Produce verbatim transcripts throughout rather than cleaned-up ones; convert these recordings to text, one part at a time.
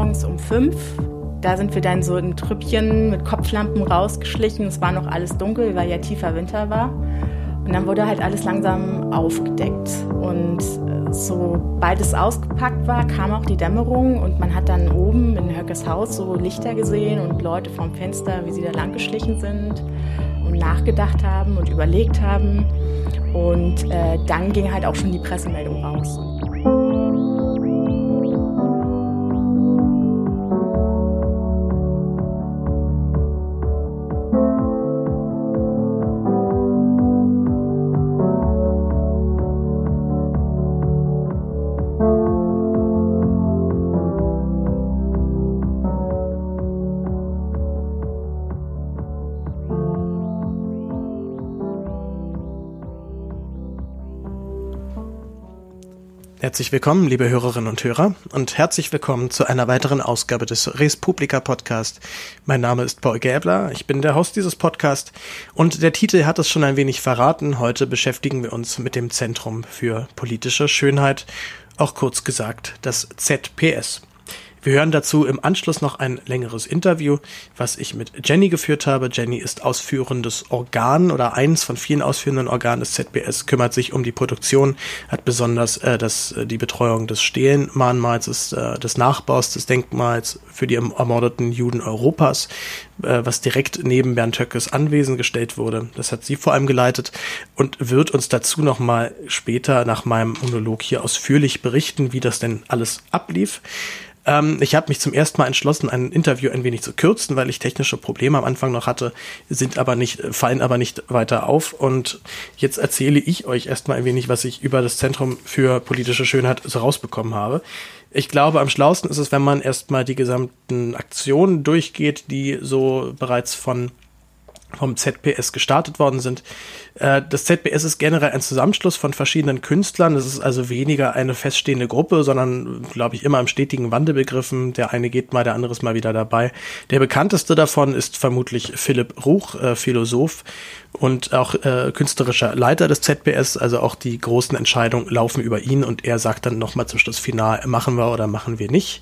morgens um fünf. Da sind wir dann so in Trüppchen mit Kopflampen rausgeschlichen. Es war noch alles dunkel, weil ja tiefer Winter war. Und dann wurde halt alles langsam aufgedeckt. Und sobald es ausgepackt war, kam auch die Dämmerung. Und man hat dann oben in Höckes Haus so Lichter gesehen und Leute vorm Fenster, wie sie da lang geschlichen sind und nachgedacht haben und überlegt haben. Und äh, dann ging halt auch schon die Pressemeldung raus. Herzlich willkommen, liebe Hörerinnen und Hörer, und herzlich willkommen zu einer weiteren Ausgabe des Res Publica Podcast. Mein Name ist Paul Gäbler, ich bin der Host dieses Podcasts und der Titel hat es schon ein wenig verraten. Heute beschäftigen wir uns mit dem Zentrum für politische Schönheit, auch kurz gesagt das Z P S. Wir hören dazu im Anschluss noch ein längeres Interview, was ich mit Jenny geführt habe. Jenny ist ausführendes Organ oder eins von vielen ausführenden Organen des Z P S, kümmert sich um die Produktion, hat besonders äh, das, die Betreuung des Stelen-Mahnmals, des, äh, des Nachbaus des Denkmals für die ermordeten Juden Europas, äh, was direkt neben Bernd Höckes Anwesen gestellt wurde. Das hat sie vor allem geleitet und wird uns dazu nochmal später nach meinem Monolog hier ausführlich berichten, wie das denn alles ablief. Ich habe mich zum ersten Mal entschlossen, ein Interview ein wenig zu kürzen, weil ich technische Probleme am Anfang noch hatte, sind aber nicht, fallen aber nicht weiter auf. Und jetzt erzähle ich euch erstmal ein wenig, was ich über das Zentrum für politische Schönheit so rausbekommen habe. Ich glaube, am schlauesten ist es, wenn man erstmal die gesamten Aktionen durchgeht, die so bereits von vom Z P S gestartet worden sind. Das Z P S ist generell ein Zusammenschluss von verschiedenen Künstlern. Es ist also weniger eine feststehende Gruppe, sondern, glaube ich, immer im stetigen Wandel begriffen. Der eine geht mal, der andere ist mal wieder dabei. Der bekannteste davon ist vermutlich Philipp Ruch, äh, Philosoph und auch äh, künstlerischer Leiter des Z P S. Also auch die großen Entscheidungen laufen über ihn und er sagt dann nochmal zum Schluss final, machen wir oder machen wir nicht.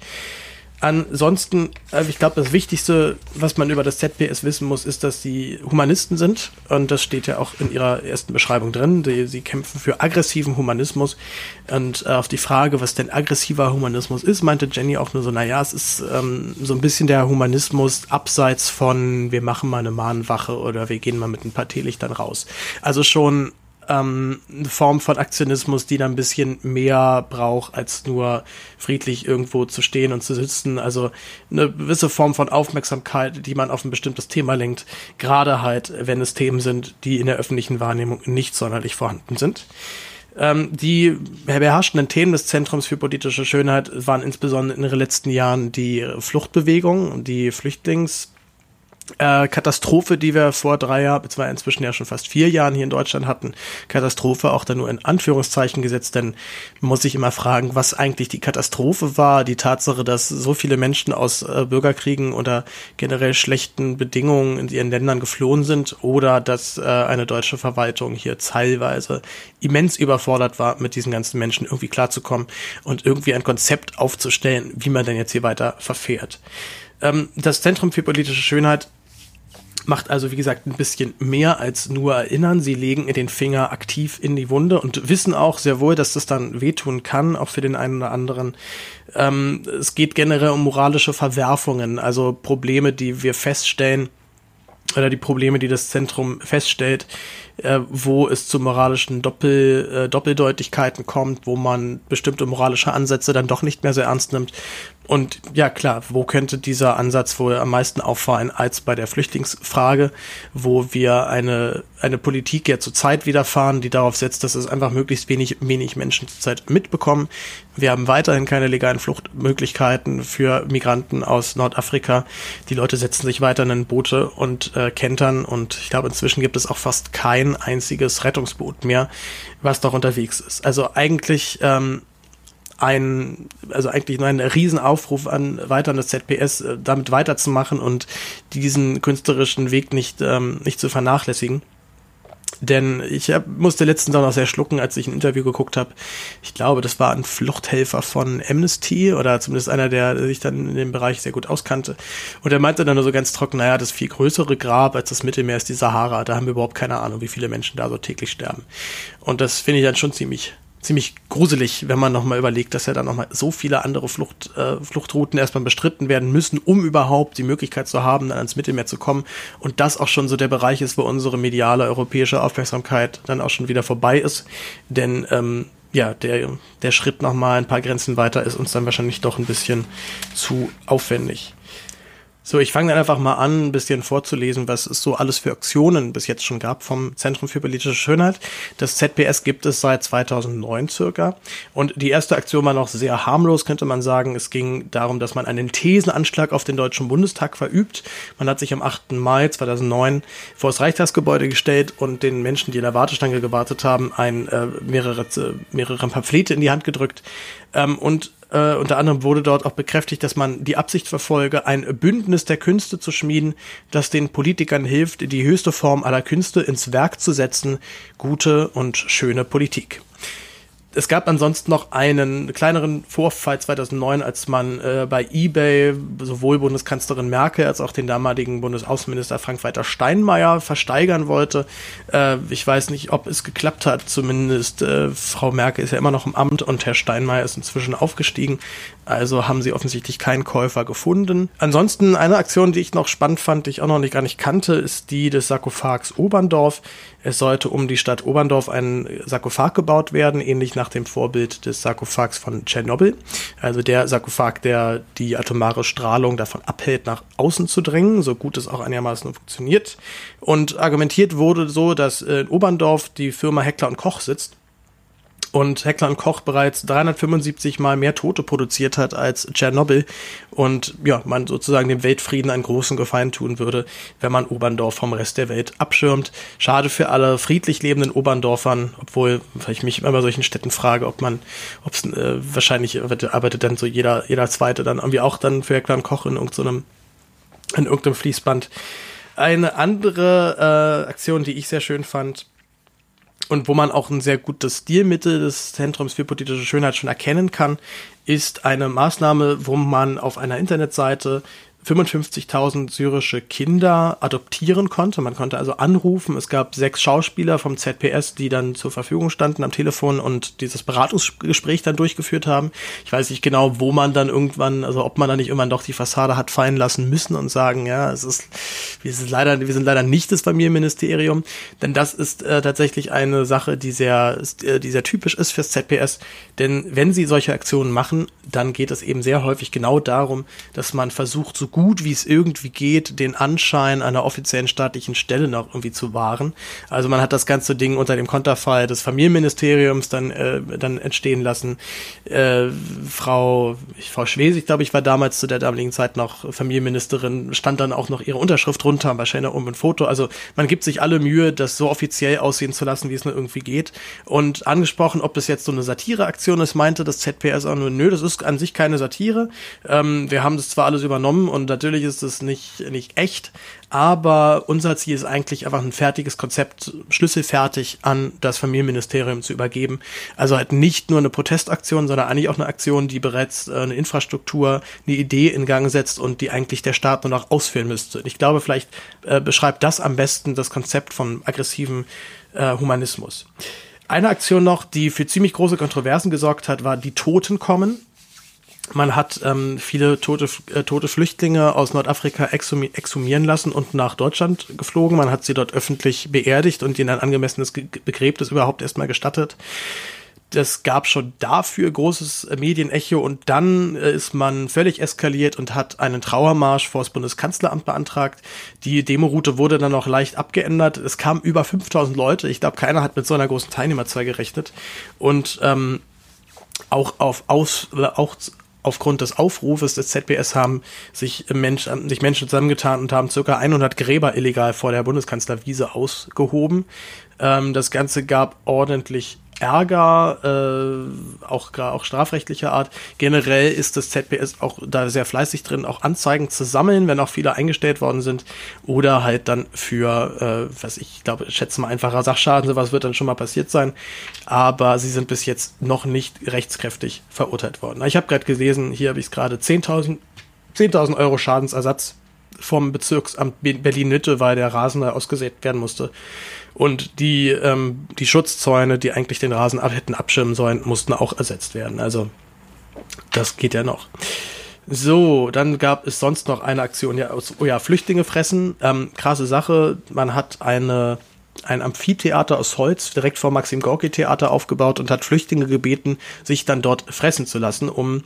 Ansonsten, ich glaube, das Wichtigste, was man über das Z P S wissen muss, ist, dass sie Humanisten sind. Und das steht ja auch in ihrer ersten Beschreibung drin. Die, sie kämpfen für aggressiven Humanismus. Und äh, auf die Frage, was denn aggressiver Humanismus ist, meinte Jenny auch nur so, naja, es ist ähm, so ein bisschen der Humanismus abseits von, wir machen mal eine Mahnwache oder wir gehen mal mit ein paar Teelichtern raus. Also schon Ähm, eine Form von Aktionismus, die da ein bisschen mehr braucht, als nur friedlich irgendwo zu stehen und zu sitzen. Also eine gewisse Form von Aufmerksamkeit, die man auf ein bestimmtes Thema lenkt, gerade halt, wenn es Themen sind, die in der öffentlichen Wahrnehmung nicht sonderlich vorhanden sind. Ähm, die beherrschenden Themen des Zentrums für politische Schönheit waren insbesondere in den letzten Jahren die Fluchtbewegung, die Flüchtlings- Äh, Katastrophe, die wir vor drei Jahren, beziehungsweise inzwischen ja schon fast vier Jahren hier in Deutschland hatten. Katastrophe auch da nur in Anführungszeichen gesetzt, denn man muss sich immer fragen, was eigentlich die Katastrophe war. Die Tatsache, dass so viele Menschen aus äh, Bürgerkriegen oder generell schlechten Bedingungen in ihren Ländern geflohen sind oder dass äh, eine deutsche Verwaltung hier teilweise immens überfordert war, mit diesen ganzen Menschen irgendwie klarzukommen und irgendwie ein Konzept aufzustellen, wie man denn jetzt hier weiter verfährt. Ähm, das Zentrum für politische Schönheit macht also, wie gesagt, ein bisschen mehr als nur erinnern. Sie legen den Finger aktiv in die Wunde und wissen auch sehr wohl, dass das dann wehtun kann, auch für den einen oder anderen. Ähm, es geht generell um moralische Verwerfungen, also Probleme, die wir feststellen, oder die Probleme, die das Zentrum feststellt, äh, wo es zu moralischen Doppel, äh, Doppeldeutigkeiten kommt, wo man bestimmte moralische Ansätze dann doch nicht mehr so ernst nimmt. Und ja, klar, wo könnte dieser Ansatz wohl am meisten auffallen als bei der Flüchtlingsfrage, wo wir eine eine Politik ja zurzeit widerfahren, die darauf setzt, dass es einfach möglichst wenig wenig Menschen zurzeit mitbekommen. Wir haben weiterhin keine legalen Fluchtmöglichkeiten für Migranten aus Nordafrika. Die Leute setzen sich weiter in Boote und äh, kentern und ich glaube, inzwischen gibt es auch fast kein einziges Rettungsboot mehr, was doch unterwegs ist. Also eigentlich ähm, ein, also eigentlich nur ein Riesenaufruf an weiter an das Z P S, äh, damit weiterzumachen und diesen künstlerischen Weg nicht ähm, nicht zu vernachlässigen. Denn ich hab, musste letztens auch noch sehr schlucken, als ich ein Interview geguckt habe. Ich glaube, das war ein Fluchthelfer von Amnesty oder zumindest einer, der sich dann in dem Bereich sehr gut auskannte. Und er meinte dann nur so ganz trocken, naja, das viel größere Grab als das Mittelmeer ist die Sahara. Da haben wir überhaupt keine Ahnung, wie viele Menschen da so täglich sterben. Und das finde ich dann schon ziemlich ziemlich gruselig, wenn man nochmal überlegt, dass ja dann nochmal so viele andere Flucht, äh, Fluchtrouten erstmal bestritten werden müssen, um überhaupt die Möglichkeit zu haben, dann ans Mittelmeer zu kommen. Und das auch schon so der Bereich ist, wo unsere mediale europäische Aufmerksamkeit dann auch schon wieder vorbei ist. Denn ähm, ja, der, der Schritt nochmal ein paar Grenzen weiter ist uns dann wahrscheinlich doch ein bisschen zu aufwendig. So, ich fange dann einfach mal an, ein bisschen vorzulesen, was es so alles für Aktionen bis jetzt schon gab vom Zentrum für politische Schönheit. Das Z P S gibt es seit zweitausendneun circa. Und die erste Aktion war noch sehr harmlos, könnte man sagen. Es ging darum, dass man einen Thesenanschlag auf den Deutschen Bundestag verübt. Man hat sich am achten Mai zweitausendneun vor das Reichstagsgebäude gestellt und den Menschen, die in der Warteschlange gewartet haben, ein, äh, mehrere, äh, mehrere Pamphlete in die Hand gedrückt. Ähm, und Äh, unter anderem wurde dort auch bekräftigt, dass man die Absicht verfolge, ein Bündnis der Künste zu schmieden, das den Politikern hilft, die höchste Form aller Künste ins Werk zu setzen, gute und schöne Politik. Es gab ansonsten noch einen kleineren Vorfall zweitausendneun, als man äh, bei eBay sowohl Bundeskanzlerin Merkel als auch den damaligen Bundesaußenminister Frank-Walter Steinmeier versteigern wollte. Äh, ich weiß nicht, ob es geklappt hat. Zumindest äh, Frau Merkel ist ja immer noch im Amt und Herr Steinmeier ist inzwischen aufgestiegen. Also haben sie offensichtlich keinen Käufer gefunden. Ansonsten eine Aktion, die ich noch spannend fand, die ich auch noch nicht gar nicht kannte, ist die des Sarkophags Oberndorf. Es sollte um die Stadt Oberndorf ein Sarkophag gebaut werden, ähnlich nach dem Vorbild des Sarkophags von Tschernobyl. Also der Sarkophag, der die atomare Strahlung davon abhält, nach außen zu dringen, so gut es auch einigermaßen funktioniert. Und argumentiert wurde so, dass in Oberndorf die Firma Heckler und Koch sitzt und Heckler und Koch bereits dreihundertfünfundsiebzig Mal mehr Tote produziert hat als Tschernobyl und ja, man sozusagen dem Weltfrieden einen großen Gefallen tun würde, wenn man Oberndorf vom Rest der Welt abschirmt. Schade für alle friedlich lebenden Oberndorfern, obwohl ich mich immer bei solchen Städten frage, ob man, ob es äh, wahrscheinlich arbeitet dann so jeder jeder Zweite dann irgendwie auch dann für Heckler und Koch in irgendeinem in irgendeinem Fließband. Eine andere äh, Aktion, die ich sehr schön fand, und wo man auch ein sehr gutes Stilmittel des Zentrums für politische Schönheit schon erkennen kann, ist eine Maßnahme, wo man auf einer Internetseite fünfundfünfzigtausend syrische Kinder adoptieren konnte. Man konnte also anrufen. Es gab sechs Schauspieler vom Z P S, die dann zur Verfügung standen am Telefon und dieses Beratungsgespräch dann durchgeführt haben. Ich weiß nicht genau, wo man dann irgendwann, also ob man dann nicht irgendwann doch die Fassade hat fallen lassen müssen und sagen, ja, es ist, wir sind leider, wir sind leider nicht das Familienministerium, denn das ist äh, tatsächlich eine Sache, die sehr, äh, die sehr typisch ist fürs Z P S. Denn wenn sie solche Aktionen machen, dann geht es eben sehr häufig genau darum, dass man versucht, so gut wie es irgendwie geht, den Anschein einer offiziellen staatlichen Stelle noch irgendwie zu wahren. Also man hat das ganze Ding unter dem Konterfei des Familienministeriums dann äh, dann entstehen lassen. Äh, Frau Frau Schwesig, glaube ich, war damals zu der damaligen Zeit noch Familienministerin, stand dann auch noch ihre Unterschrift runter, wahrscheinlich um ein Foto. Also man gibt sich alle Mühe, das so offiziell aussehen zu lassen, wie es nur irgendwie geht. Und angesprochen, ob das jetzt so eine Satireaktion ist, meinte das Z P S auch nur, nö, das ist an sich keine Satire. Ähm, wir haben das zwar alles übernommen und natürlich ist es nicht, nicht echt, aber unser Ziel ist eigentlich einfach ein fertiges Konzept, schlüsselfertig an das Familienministerium zu übergeben. Also halt nicht nur eine Protestaktion, sondern eigentlich auch eine Aktion, die bereits äh, eine Infrastruktur, eine Idee in Gang setzt und die eigentlich der Staat nur noch ausführen müsste. Ich glaube, vielleicht äh, beschreibt das am besten das Konzept von aggressiven äh, Humanismus. Eine Aktion noch, die für ziemlich große Kontroversen gesorgt hat, war die Toten kommen. Man hat ähm, viele tote, äh, tote Flüchtlinge aus Nordafrika exhumi- exhumieren lassen und nach Deutschland geflogen. Man hat sie dort öffentlich beerdigt und ihnen ein angemessenes Ge- Begräbnis überhaupt erstmal gestattet. Das gab schon dafür großes Medienecho und dann äh, ist man völlig eskaliert und hat einen Trauermarsch vor das Bundeskanzleramt beantragt. Die Demoroute wurde dann noch leicht abgeändert. Es kamen über fünftausend Leute. Ich glaube, keiner hat mit so einer großen Teilnehmerzahl gerechnet. Und ähm, auch auf aus, auch aufgrund des Aufrufes des Z P S haben sich, Mensch, sich Menschen zusammengetan und haben circa hundert Gräber illegal vor der Bundeskanzlerwiese ausgehoben. Ähm, das Ganze gab ordentlich Ärger, äh, auch auch strafrechtlicher Art. Generell ist das Z P S auch da sehr fleißig drin, auch Anzeigen zu sammeln, wenn auch viele eingestellt worden sind, oder halt dann für, äh, was ich glaube, ich schätze mal einfacher Sachschaden, sowas wird dann schon mal passiert sein, aber sie sind bis jetzt noch nicht rechtskräftig verurteilt worden. Ich habe gerade gelesen, hier habe ich es gerade, zehntausend Euro Schadensersatz vom Bezirksamt Berlin-Mitte, weil der Rasen da ausgesät werden musste. Und die, ähm, die Schutzzäune, die eigentlich den Rasen ab, hätten abschirmen sollen, mussten auch ersetzt werden. Also das geht ja noch. So, dann gab es sonst noch eine Aktion, ja, aus, oh ja, Flüchtlinge fressen. Ähm, krasse Sache, man hat eine ein Amphitheater aus Holz direkt vor Maxim-Gorki-Theater aufgebaut und hat Flüchtlinge gebeten, sich dann dort fressen zu lassen, um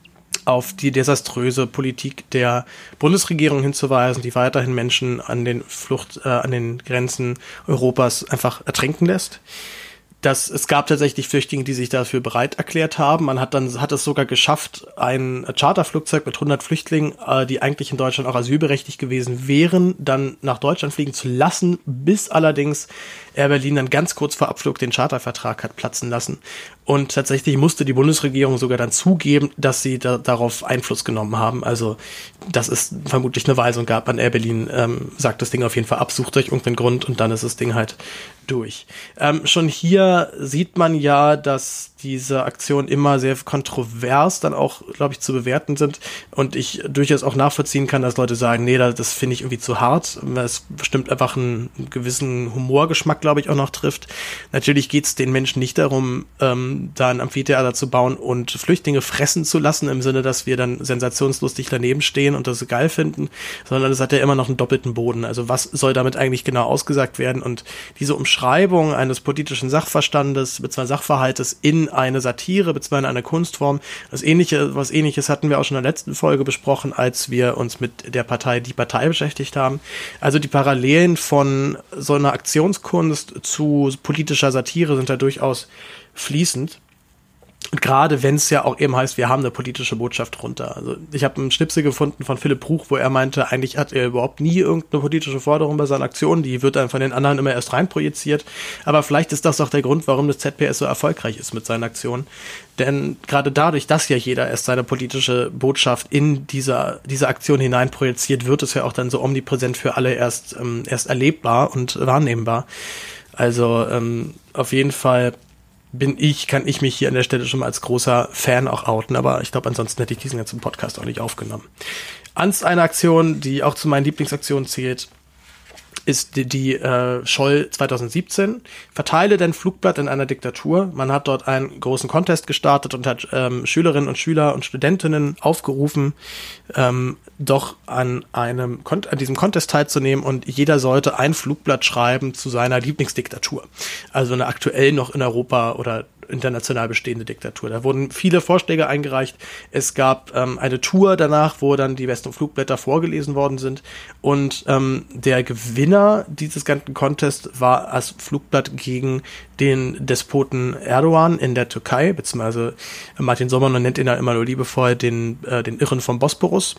auf die desaströse Politik der Bundesregierung hinzuweisen, die weiterhin Menschen an den Flucht, äh, an den Grenzen Europas einfach ertrinken lässt. Das, es gab tatsächlich Flüchtlinge, die sich dafür bereit erklärt haben. Man hat dann, hat es sogar geschafft, ein Charterflugzeug mit hundert Flüchtlingen, äh, die eigentlich in Deutschland auch asylberechtigt gewesen wären, dann nach Deutschland fliegen zu lassen, bis allerdings Air Berlin dann ganz kurz vor Abflug den Chartervertrag hat platzen lassen. Und tatsächlich musste die Bundesregierung sogar dann zugeben, dass sie da, darauf Einfluss genommen haben. Also, dass es vermutlich eine Weisung gab an Air Berlin, ähm, sagt das Ding auf jeden Fall ab, sucht euch irgendeinen Grund und dann ist das Ding halt durch. Ähm, schon hier sieht man ja, dass diese Aktionen immer sehr kontrovers dann auch, glaube ich, zu bewerten sind und ich durchaus auch nachvollziehen kann, dass Leute sagen, nee, das, das finde ich irgendwie zu hart. Es bestimmt einfach einen, einen gewissen Humorgeschmack, glaube ich, auch noch trifft. Natürlich geht es den Menschen nicht darum, ähm, da ein Amphitheater zu bauen und Flüchtlinge fressen zu lassen, im Sinne, dass wir dann sensationslustig daneben stehen und das geil finden, sondern es hat ja immer noch einen doppelten Boden. Also was soll damit eigentlich genau ausgesagt werden? Und diese Umschreibung eines politischen Sachverstandes bzw. Sachverhaltes in eine Satire bzw. eine Kunstform, das ähnliche, was ähnliches hatten wir auch schon in der letzten Folge besprochen, als wir uns mit der Partei Die Partei beschäftigt haben. Also die Parallelen von so einer Aktionskunst zu politischer Satire sind da durchaus fließend. Und gerade wenn es ja auch eben heißt, wir haben eine politische Botschaft drunter. Also ich habe einen Schnipsel gefunden von Philipp Bruch, wo er meinte, eigentlich hat er überhaupt nie irgendeine politische Forderung bei seinen Aktionen, die wird dann von den anderen immer erst reinprojiziert. Aber vielleicht ist das auch der Grund, warum das Z P S so erfolgreich ist mit seinen Aktionen. Denn gerade dadurch, dass ja jeder erst seine politische Botschaft in dieser, diese Aktion hineinprojiziert, wird es ja auch dann so omnipräsent für alle erst, ähm, erst erlebbar und wahrnehmbar. Also ähm, auf jeden Fall bin ich, kann ich mich hier an der Stelle schon mal als großer Fan auch outen, aber ich glaube, ansonsten hätte ich diesen ganzen Podcast auch nicht aufgenommen. Ans eine Aktion, die auch zu meinen Lieblingsaktionen zählt, ist die, die äh, Scholl zwanzig siebzehn. Verteile dein Flugblatt in einer Diktatur. Man hat dort einen großen Contest gestartet und hat ähm, Schülerinnen und Schüler und Studentinnen aufgerufen, ähm, doch an einem an diesem Contest teilzunehmen und jeder sollte ein Flugblatt schreiben zu seiner Lieblingsdiktatur. Also eine aktuell noch in Europa oder international bestehende Diktatur. Da wurden viele Vorschläge eingereicht. Es gab ähm, eine Tour danach, wo dann die besten Flugblätter vorgelesen worden sind. Und ähm, der Gewinner dieses ganzen Contests war als Flugblatt gegen den Despoten Erdogan in der Türkei, beziehungsweise Martin Sommer nennt ihn ja immer nur liebevoll den, äh, den Irren vom Bosporus.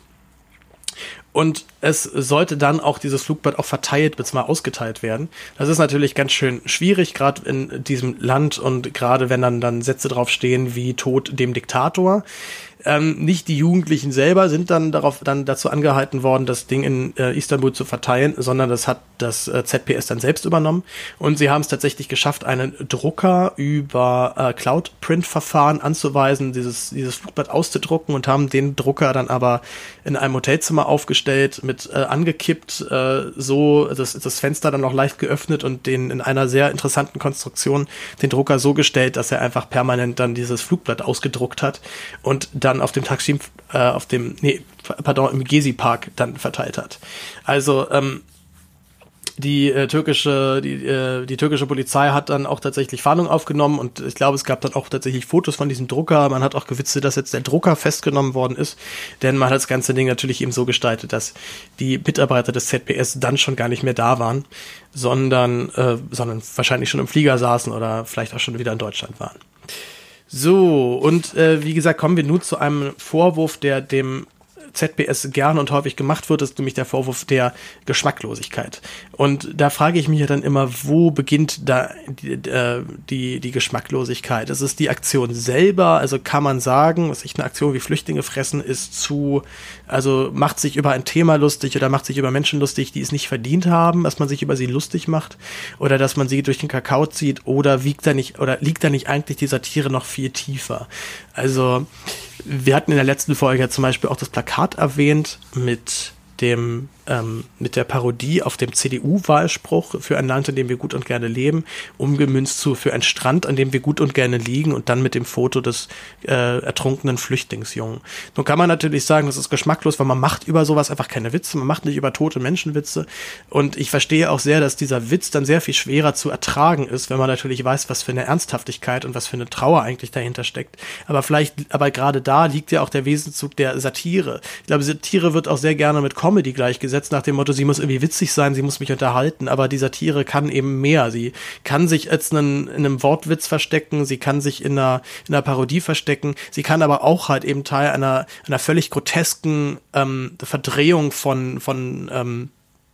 Und es sollte dann auch dieses Flugblatt auch verteilt bzw. ausgeteilt werden. Das ist natürlich ganz schön schwierig, gerade in diesem Land und gerade wenn dann, dann Sätze draufstehen wie Tod dem Diktator. Ähm, nicht die Jugendlichen selber sind dann darauf dann dazu angehalten worden, das Ding in äh, Istanbul zu verteilen, sondern das hat das äh, Z P S dann selbst übernommen und sie haben es tatsächlich geschafft, einen Drucker über äh, Cloud-Print-Verfahren anzuweisen, dieses dieses Flugblatt auszudrucken und haben den Drucker dann aber in einem Hotelzimmer aufgestellt, mit äh, angekippt, äh, so das, das Fenster dann noch leicht geöffnet und den in einer sehr interessanten Konstruktion den Drucker so gestellt, dass er einfach permanent dann dieses Flugblatt ausgedruckt hat und dann auf dem Taksim, äh, auf dem, nee, pardon, im Gezi-Park dann verteilt hat. Also, ähm, die äh, türkische, die, äh, die türkische Polizei hat dann auch tatsächlich Fahndung aufgenommen und ich glaube, es gab dann auch tatsächlich Fotos von diesem Drucker. Man hat auch gewitzelt, dass jetzt der Drucker festgenommen worden ist, denn man hat das ganze Ding natürlich eben so gestaltet, dass die Mitarbeiter des Z P S dann schon gar nicht mehr da waren, sondern, äh, sondern wahrscheinlich schon im Flieger saßen oder vielleicht auch schon wieder in Deutschland waren. So, und äh, wie gesagt, kommen wir nun zu einem Vorwurf, der dem Z B S gerne und häufig gemacht wird, ist nämlich der Vorwurf der Geschmacklosigkeit. Und da frage ich mich ja dann immer, wo beginnt da die, äh, die, die Geschmacklosigkeit? Ist es die Aktion selber? Also kann man sagen, was ich eine Aktion wie Flüchtlinge fressen ist zu, also macht sich über ein Thema lustig oder macht sich über Menschen lustig, die es nicht verdient haben, dass man sich über sie lustig macht oder dass man sie durch den Kakao zieht, oder wiegt da nicht, oder liegt da nicht eigentlich die Satire noch viel tiefer? Also wir hatten in der letzten Folge ja zum Beispiel auch das Plakat erwähnt mit dem ähm, mit der Parodie auf dem C D U-Wahlspruch für ein Land, in dem wir gut und gerne leben, umgemünzt zu für einen Strand, an dem wir gut und gerne liegen, und dann mit dem Foto des äh, ertrunkenen Flüchtlingsjungen. Nun kann man natürlich sagen, das ist geschmacklos, weil man macht über sowas einfach keine Witze, man macht nicht über tote Menschen Witze, und ich verstehe auch sehr, dass dieser Witz dann sehr viel schwerer zu ertragen ist, wenn man natürlich weiß, was für eine Ernsthaftigkeit und was für eine Trauer eigentlich dahinter steckt. Aber vielleicht, aber gerade da liegt ja auch der Wesenszug der Satire. Ich glaube, Satire wird auch sehr gerne mit Comedy gleichgesetzt, nach dem Motto, sie muss irgendwie witzig sein, sie muss mich unterhalten, aber die Satire kann eben mehr. Sie kann sich als einen, in einem Wortwitz verstecken, sie kann sich in einer, in einer Parodie verstecken, sie kann aber auch halt eben Teil einer, einer völlig grotesken ähm, Verdrehung von, von, ähm,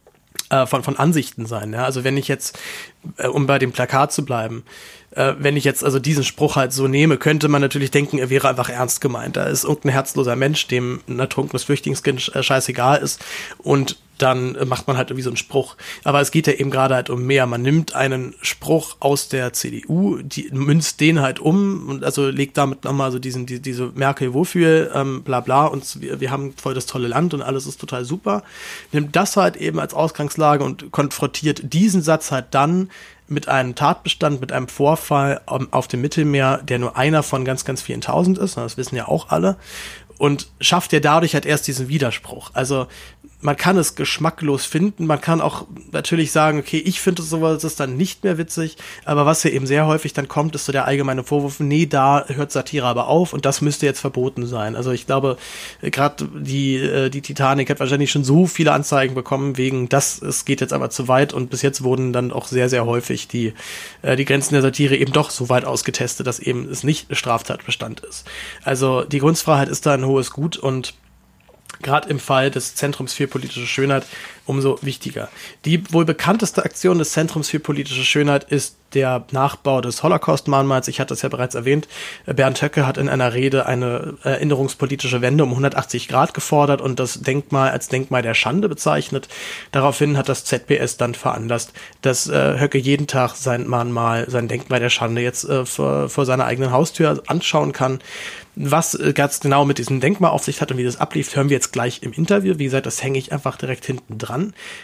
äh, von, von Ansichten sein. Ja? Also wenn ich jetzt, äh, um bei dem Plakat zu bleiben, äh, wenn ich jetzt also diesen Spruch halt so nehme, könnte man natürlich denken, er wäre einfach ernst gemeint. Da ist irgendein herzloser Mensch, dem ein ertrunkenes Flüchtlingskind äh, scheißegal ist, und dann macht man halt irgendwie so einen Spruch. Aber es geht ja eben gerade halt um mehr. Man nimmt einen Spruch aus der C D U, die münzt den halt um und also legt damit nochmal so diesen, die, diese Merkel wofür, ähm, bla bla, und wir, wir haben voll das tolle Land und alles ist total super. Nimmt das halt eben als Ausgangslage und konfrontiert diesen Satz halt dann mit einem Tatbestand, mit einem Vorfall auf dem Mittelmeer, der nur einer von ganz, ganz vielen Tausend ist, das wissen ja auch alle, und schafft ja dadurch halt erst diesen Widerspruch. Also man kann es geschmacklos finden, man kann auch natürlich sagen, okay, ich finde sowas ist dann nicht mehr witzig, aber was ja eben sehr häufig dann kommt, ist so der allgemeine Vorwurf, nee, da hört Satire aber auf und das müsste jetzt verboten sein. Also ich glaube, gerade die die Titanic hat wahrscheinlich schon so viele Anzeigen bekommen wegen das, es geht jetzt aber zu weit, und bis jetzt wurden dann auch sehr, sehr häufig die die Grenzen der Satire eben doch so weit ausgetestet, dass eben es nicht Straftatbestand ist. Also die Kunstfreiheit ist da ein hohes Gut, und gerade im Fall des Zentrums für politische Schönheit umso wichtiger. Die wohl bekannteste Aktion des Zentrums für politische Schönheit ist der Nachbau des Holocaust-Mahnmals. Ich hatte es ja bereits erwähnt. Bernd Höcke hat in einer Rede eine erinnerungspolitische Wende um hundertachtzig Grad gefordert und das Denkmal als Denkmal der Schande bezeichnet. Daraufhin hat das Z B S dann veranlasst, dass äh, Höcke jeden Tag sein Mahnmal, sein Denkmal der Schande jetzt äh, vor, vor seiner eigenen Haustür anschauen kann. Was äh, ganz genau mit diesem Denkmal auf sich hat und wie das ablief, hören wir jetzt gleich im Interview. Wie gesagt, das hänge ich einfach direkt hinten dran.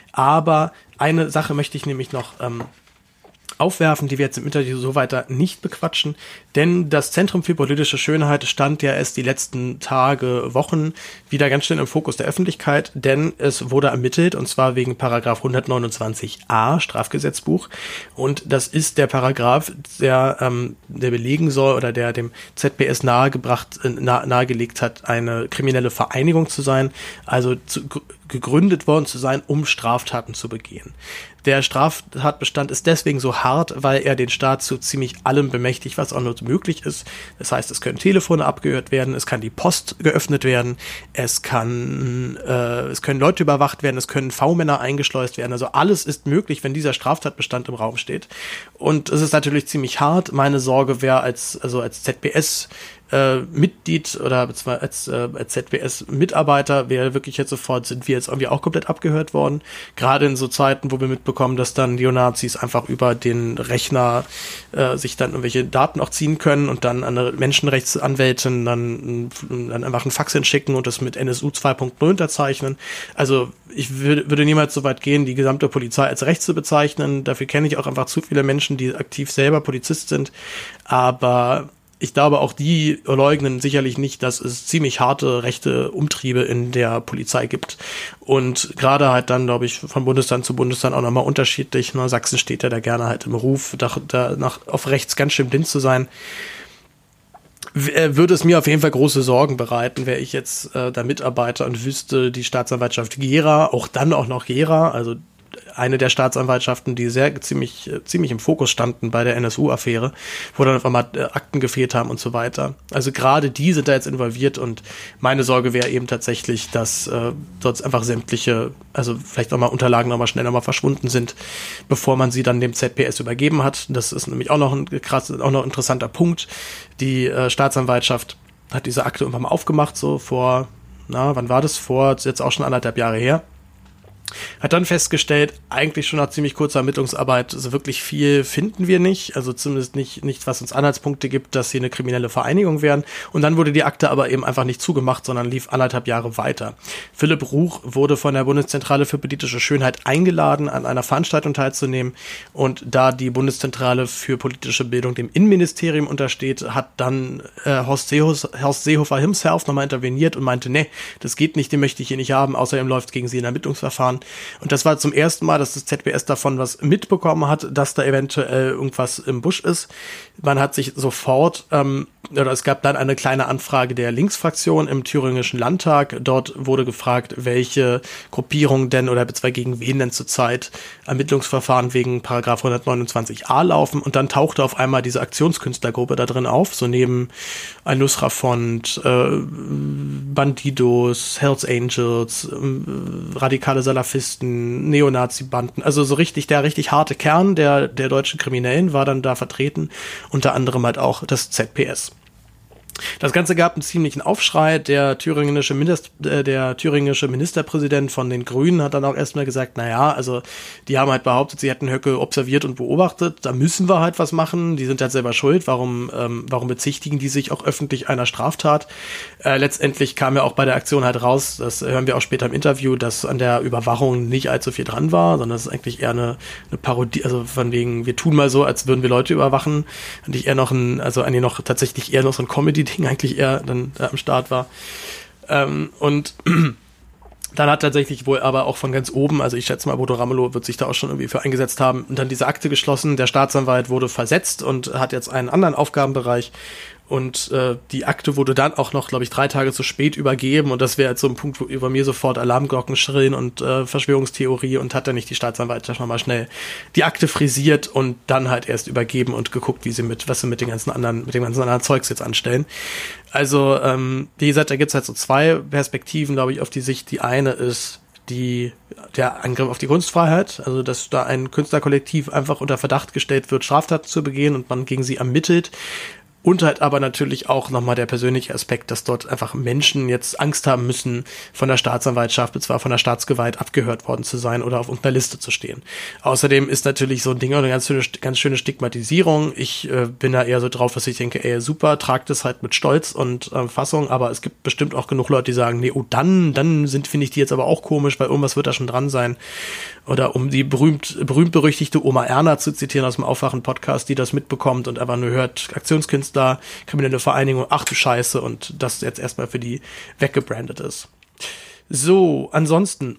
Aber eine Sache möchte ich nämlich noch ähm, aufwerfen, die wir jetzt im Interview so weiter nicht bequatschen, denn das Zentrum für politische Schönheit stand ja erst die letzten Tage, Wochen wieder ganz schnell im Fokus der Öffentlichkeit, denn es wurde ermittelt, und zwar wegen Paragraph hundertneunundzwanzig a Strafgesetzbuch, und das ist der Paragraph, der, ähm, der belegen soll oder der dem Z B S nahegebracht, äh, nahe, nahegelegt hat, eine kriminelle Vereinigung zu sein, also zu, gegründet worden zu sein, um Straftaten zu begehen. Der Straftatbestand ist deswegen so hart, weil er den Staat zu ziemlich allem bemächtigt, was auch nur möglich ist. Das heißt, es können Telefone abgehört werden, es kann die Post geöffnet werden, es kann, äh, es können Leute überwacht werden, es können V-Männer eingeschleust werden. Also alles ist möglich, wenn dieser Straftatbestand im Raum steht. Und es ist natürlich ziemlich hart. Meine Sorge wäre als, also als Z B S Äh, Mitglied oder als, äh, als Z B S-Mitarbeiter wäre wirklich jetzt sofort, sind wir jetzt irgendwie auch komplett abgehört worden. Gerade in so Zeiten, wo wir mitbekommen, dass dann Neonazis einfach über den Rechner äh, sich dann irgendwelche Daten auch ziehen können und dann an eine Menschenrechtsanwältin dann, dann einfach einen Fax hinschicken und das mit N S U zwei Punkt null unterzeichnen. Also ich würde, würde niemals so weit gehen, die gesamte Polizei als rechts zu bezeichnen. Dafür kenne ich auch einfach zu viele Menschen, die aktiv selber Polizist sind. Aber ich glaube, auch die leugnen sicherlich nicht, dass es ziemlich harte rechte Umtriebe in der Polizei gibt. Und gerade halt dann, glaube ich, von Bundesland zu Bundesland auch nochmal unterschiedlich. Ne? Sachsen steht ja da gerne halt im Ruf, da, da nach, auf rechts ganz schön blind zu sein. W- würde es mir auf jeden Fall große Sorgen bereiten, wäre ich jetzt äh, da Mitarbeiter und wüsste, die Staatsanwaltschaft Gera, auch dann auch noch Gera, also eine der Staatsanwaltschaften, die sehr ziemlich ziemlich im Fokus standen bei der N S U-Affäre, wo dann auf einmal Akten gefehlt haben und so weiter. Also gerade die sind da jetzt involviert und meine Sorge wäre eben tatsächlich, dass äh, dort einfach sämtliche, also vielleicht auch mal Unterlagen nochmal schnell nochmal verschwunden sind, bevor man sie dann dem Z P S übergeben hat. Das ist nämlich auch noch ein krass, auch noch ein interessanter Punkt. Die äh, Staatsanwaltschaft hat diese Akte irgendwann mal aufgemacht, so vor, na, wann war das? Vor, jetzt auch schon anderthalb Jahre her. Hat dann festgestellt, eigentlich schon nach ziemlich kurzer Ermittlungsarbeit, so wirklich viel finden wir nicht, also zumindest nicht, nicht was uns Anhaltspunkte gibt, dass sie eine kriminelle Vereinigung wären. Und dann wurde die Akte aber eben einfach nicht zugemacht, sondern lief anderthalb Jahre weiter. Philipp Ruch wurde von der Bundeszentrale für politische Schönheit eingeladen, an einer Veranstaltung teilzunehmen. Und da die Bundeszentrale für politische Bildung dem Innenministerium untersteht, hat dann äh, Horst, Seehofer, Horst Seehofer himself nochmal interveniert und meinte, nee, das geht nicht, den möchte ich hier nicht haben, außerdem läuft gegen sie ein Ermittlungsverfahren. Und das war zum ersten Mal, dass das Z B S davon was mitbekommen hat, dass da eventuell irgendwas im Busch ist. Man hat sich sofort, ähm, oder es gab dann eine kleine Anfrage der Linksfraktion im Thüringischen Landtag. Dort wurde gefragt, welche Gruppierung denn oder beziehungsweise gegen wen denn zurzeit Ermittlungsverfahren wegen Paragraph hundertneunundzwanzig a laufen. Und dann tauchte auf einmal diese Aktionskünstlergruppe da drin auf, so neben Al-Nusra Front, äh, Bandidos, Hells Angels, äh, radikale Salafisten, Neonazi-Banden, also so richtig, der richtig harte Kern der, der deutschen Kriminellen war dann da vertreten, unter anderem halt auch das Z P S. Das Ganze gab einen ziemlichen Aufschrei. Der thüringische, Minister, äh, der thüringische Ministerpräsident von den Grünen hat dann auch erstmal gesagt, naja, also die haben halt behauptet, sie hätten Höcke observiert und beobachtet. Da müssen wir halt was machen. Die sind halt selber schuld. Warum, ähm, warum bezichtigen die sich auch öffentlich einer Straftat? Äh, letztendlich kam ja auch bei der Aktion halt raus, das hören wir auch später im Interview, dass an der Überwachung nicht allzu viel dran war, sondern es ist eigentlich eher eine, eine Parodie, also von wegen, wir tun mal so, als würden wir Leute überwachen. Und ich eher noch ein, also eigentlich noch tatsächlich eher noch so ein Comedy eigentlich eher dann da am Start war. Ähm, und dann hat tatsächlich wohl aber auch von ganz oben, also ich schätze mal, Bodo Ramelow wird sich da auch schon irgendwie für eingesetzt haben, und dann diese Akte geschlossen. Der Staatsanwalt wurde versetzt und hat jetzt einen anderen Aufgabenbereich. Und äh, die Akte wurde dann auch noch, glaube ich, drei Tage zu spät übergeben. Und das wäre jetzt so ein Punkt, wo über mir sofort Alarmglocken schrillen und äh, Verschwörungstheorie. Und hat dann nicht die Staatsanwaltschaft mal schnell die Akte frisiert und dann halt erst übergeben und geguckt, wie sie mit, was sie mit den ganzen anderen, mit dem ganzen anderen Zeugs jetzt anstellen. Also, ähm, wie gesagt, da gibt's halt so zwei Perspektiven, glaube ich, auf die Sicht. Die eine ist die, der Angriff auf die Kunstfreiheit, also dass da ein Künstlerkollektiv einfach unter Verdacht gestellt wird, Straftaten zu begehen und man gegen sie ermittelt. Und halt aber natürlich auch nochmal der persönliche Aspekt, dass dort einfach Menschen jetzt Angst haben müssen, von der Staatsanwaltschaft, und zwar von der Staatsgewalt abgehört worden zu sein oder auf irgendeiner Liste zu stehen. Außerdem ist natürlich so ein Ding eine ganz schöne, ganz schöne Stigmatisierung. Ich äh, bin da eher so drauf, dass ich denke, ey, super, tragt es halt mit Stolz und äh, Fassung, aber es gibt bestimmt auch genug Leute, die sagen, nee, oh, dann, dann sind, finde ich die jetzt aber auch komisch, weil irgendwas wird da schon dran sein. Oder um die berühmt, berühmt-berüchtigte Oma Erna zu zitieren aus dem Aufwachen-Podcast, die das mitbekommt und einfach nur hört, Aktionskünstler, kriminelle Vereinigung, ach du Scheiße, und das jetzt erstmal für die weggebrandet ist. So, ansonsten,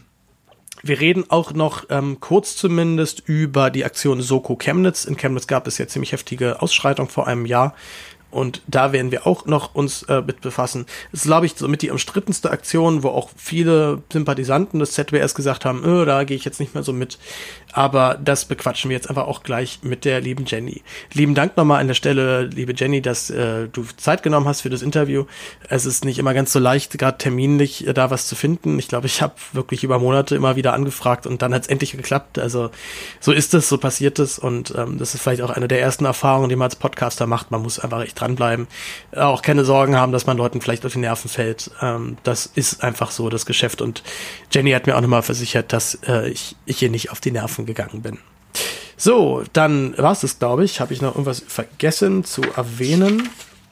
wir reden auch noch ähm, kurz zumindest über die Aktion Soko Chemnitz. In Chemnitz gab es ja ziemlich heftige Ausschreitungen vor einem Jahr. Und da werden wir auch noch uns äh, mit befassen. Das ist, glaube ich, somit die umstrittenste Aktion, wo auch viele Sympathisanten des Z B S gesagt haben, öh, da gehe ich jetzt nicht mehr so mit. Aber das bequatschen wir jetzt einfach auch gleich mit der lieben Jenny. Lieben Dank nochmal an der Stelle, liebe Jenny, dass äh, du Zeit genommen hast für das Interview. Es ist nicht immer ganz so leicht, gerade terminlich äh, da was zu finden. Ich glaube, ich habe wirklich über Monate immer wieder angefragt und dann hat es endlich geklappt. Also so ist es, so passiert es. Und ähm, das ist vielleicht auch eine der ersten Erfahrungen, die man als Podcaster macht. Man muss einfach echt dranbleiben. Auch keine Sorgen haben, dass man Leuten vielleicht auf die Nerven fällt. Ähm, das ist einfach so, das Geschäft. Und Jenny hat mir auch nochmal versichert, dass äh, ich, ich hier nicht auf die Nerven gegangen bin. So, dann war es das, glaube ich. Habe ich noch irgendwas vergessen zu erwähnen?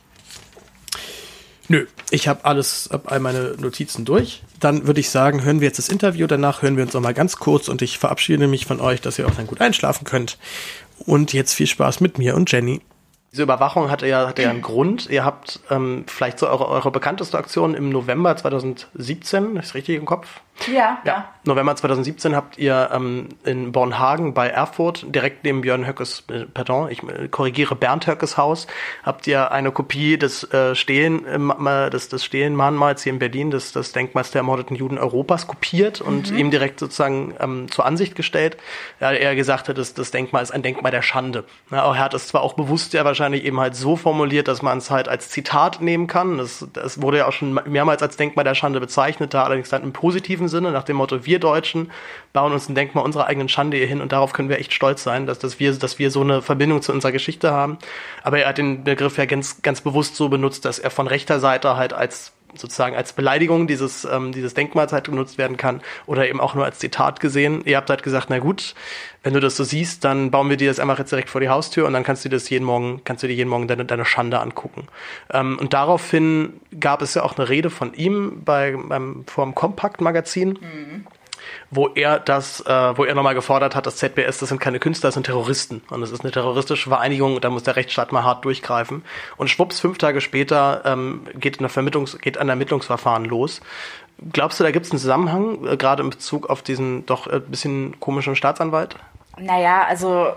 Nö, ich habe alles, hab all meine Notizen durch. Dann würde ich sagen, hören wir jetzt das Interview. Danach hören wir uns noch mal ganz kurz und ich verabschiede mich von euch, dass ihr auch dann gut einschlafen könnt. Und jetzt viel Spaß mit mir und Jenny. Diese Überwachung hatte ja, hatte ja einen Grund. Ihr habt ähm, vielleicht so eure, eure bekannteste Aktion im November zwanzig siebzehn, ist richtig im Kopf? Ja, ja. ja. November zweitausendsiebzehn habt ihr ähm, in Bornhagen bei Erfurt, direkt neben Björn Höckes, äh, pardon, ich äh, korrigiere, Bernd Höckes Haus, habt ihr eine Kopie des äh, Stehlen, äh, des, des Stehlen-Mahnmals hier in Berlin, des, des Denkmals der ermordeten Juden Europas, kopiert und mhm. ihm direkt sozusagen ähm, zur Ansicht gestellt. Ja, er gesagt hat, das, das Denkmal ist ein Denkmal der Schande. Ja, auch er hat es zwar auch bewusst ja wahrscheinlich eben halt so formuliert, dass man es halt als Zitat nehmen kann. Das, das wurde ja auch schon mehrmals als Denkmal der Schande bezeichnet, da allerdings dann im positiven Sinne, nach dem Motto, wir Deutschen bauen uns ein Denkmal unserer eigenen Schande hier hin und darauf können wir echt stolz sein, dass, dass, wir, dass wir so eine Verbindung zu unserer Geschichte haben. Aber er hat den Begriff ja ganz, ganz bewusst so benutzt, dass er von rechter Seite halt als sozusagen als Beleidigung dieses, ähm, dieses Denkmals halt genutzt werden kann oder eben auch nur als Zitat gesehen. Ihr habt halt gesagt, na gut, wenn du das so siehst, dann bauen wir dir das einfach jetzt direkt vor die Haustür und dann kannst du dir das jeden Morgen, kannst du dir jeden Morgen deine, deine Schande angucken. Ähm, und daraufhin gab es ja auch eine Rede von ihm bei, beim, vor dem Kompakt-Magazin, mhm. wo er das, äh, wo er nochmal gefordert hat, das Z B S, das sind keine Künstler, das sind Terroristen. Und es ist eine terroristische Vereinigung und da muss der Rechtsstaat mal hart durchgreifen. Und schwupps, fünf Tage später ähm, geht, eine Vermittlungs-, geht ein Ermittlungsverfahren los. Glaubst du, da gibt es einen Zusammenhang, äh, gerade in Bezug auf diesen doch ein äh, bisschen komischen Staatsanwalt? Naja, also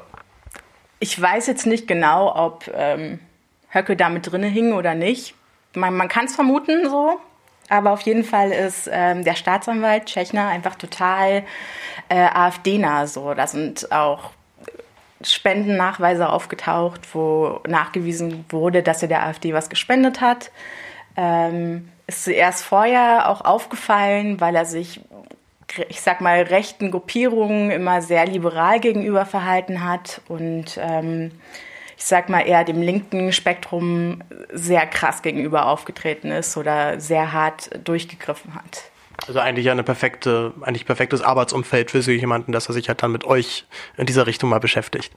ich weiß jetzt nicht genau, ob ähm, Höcke da mit drinne hing oder nicht. Man, man kann es vermuten so. Aber auf jeden Fall ist ähm, der Staatsanwalt Tschechner einfach total äh, AfD-nah. So. Da sind auch Spendennachweise aufgetaucht, wo nachgewiesen wurde, dass er der AfD was gespendet hat. Ähm, ist zuerst vorher auch aufgefallen, weil er sich, ich sag mal, rechten Gruppierungen immer sehr liberal gegenüber verhalten hat und ähm, ich sag mal, eher dem linken Spektrum sehr krass gegenüber aufgetreten ist oder sehr hart durchgegriffen hat. Also eigentlich eine perfekte, eigentlich perfektes Arbeitsumfeld für so jemanden, dass er sich halt dann mit euch in dieser Richtung mal beschäftigt.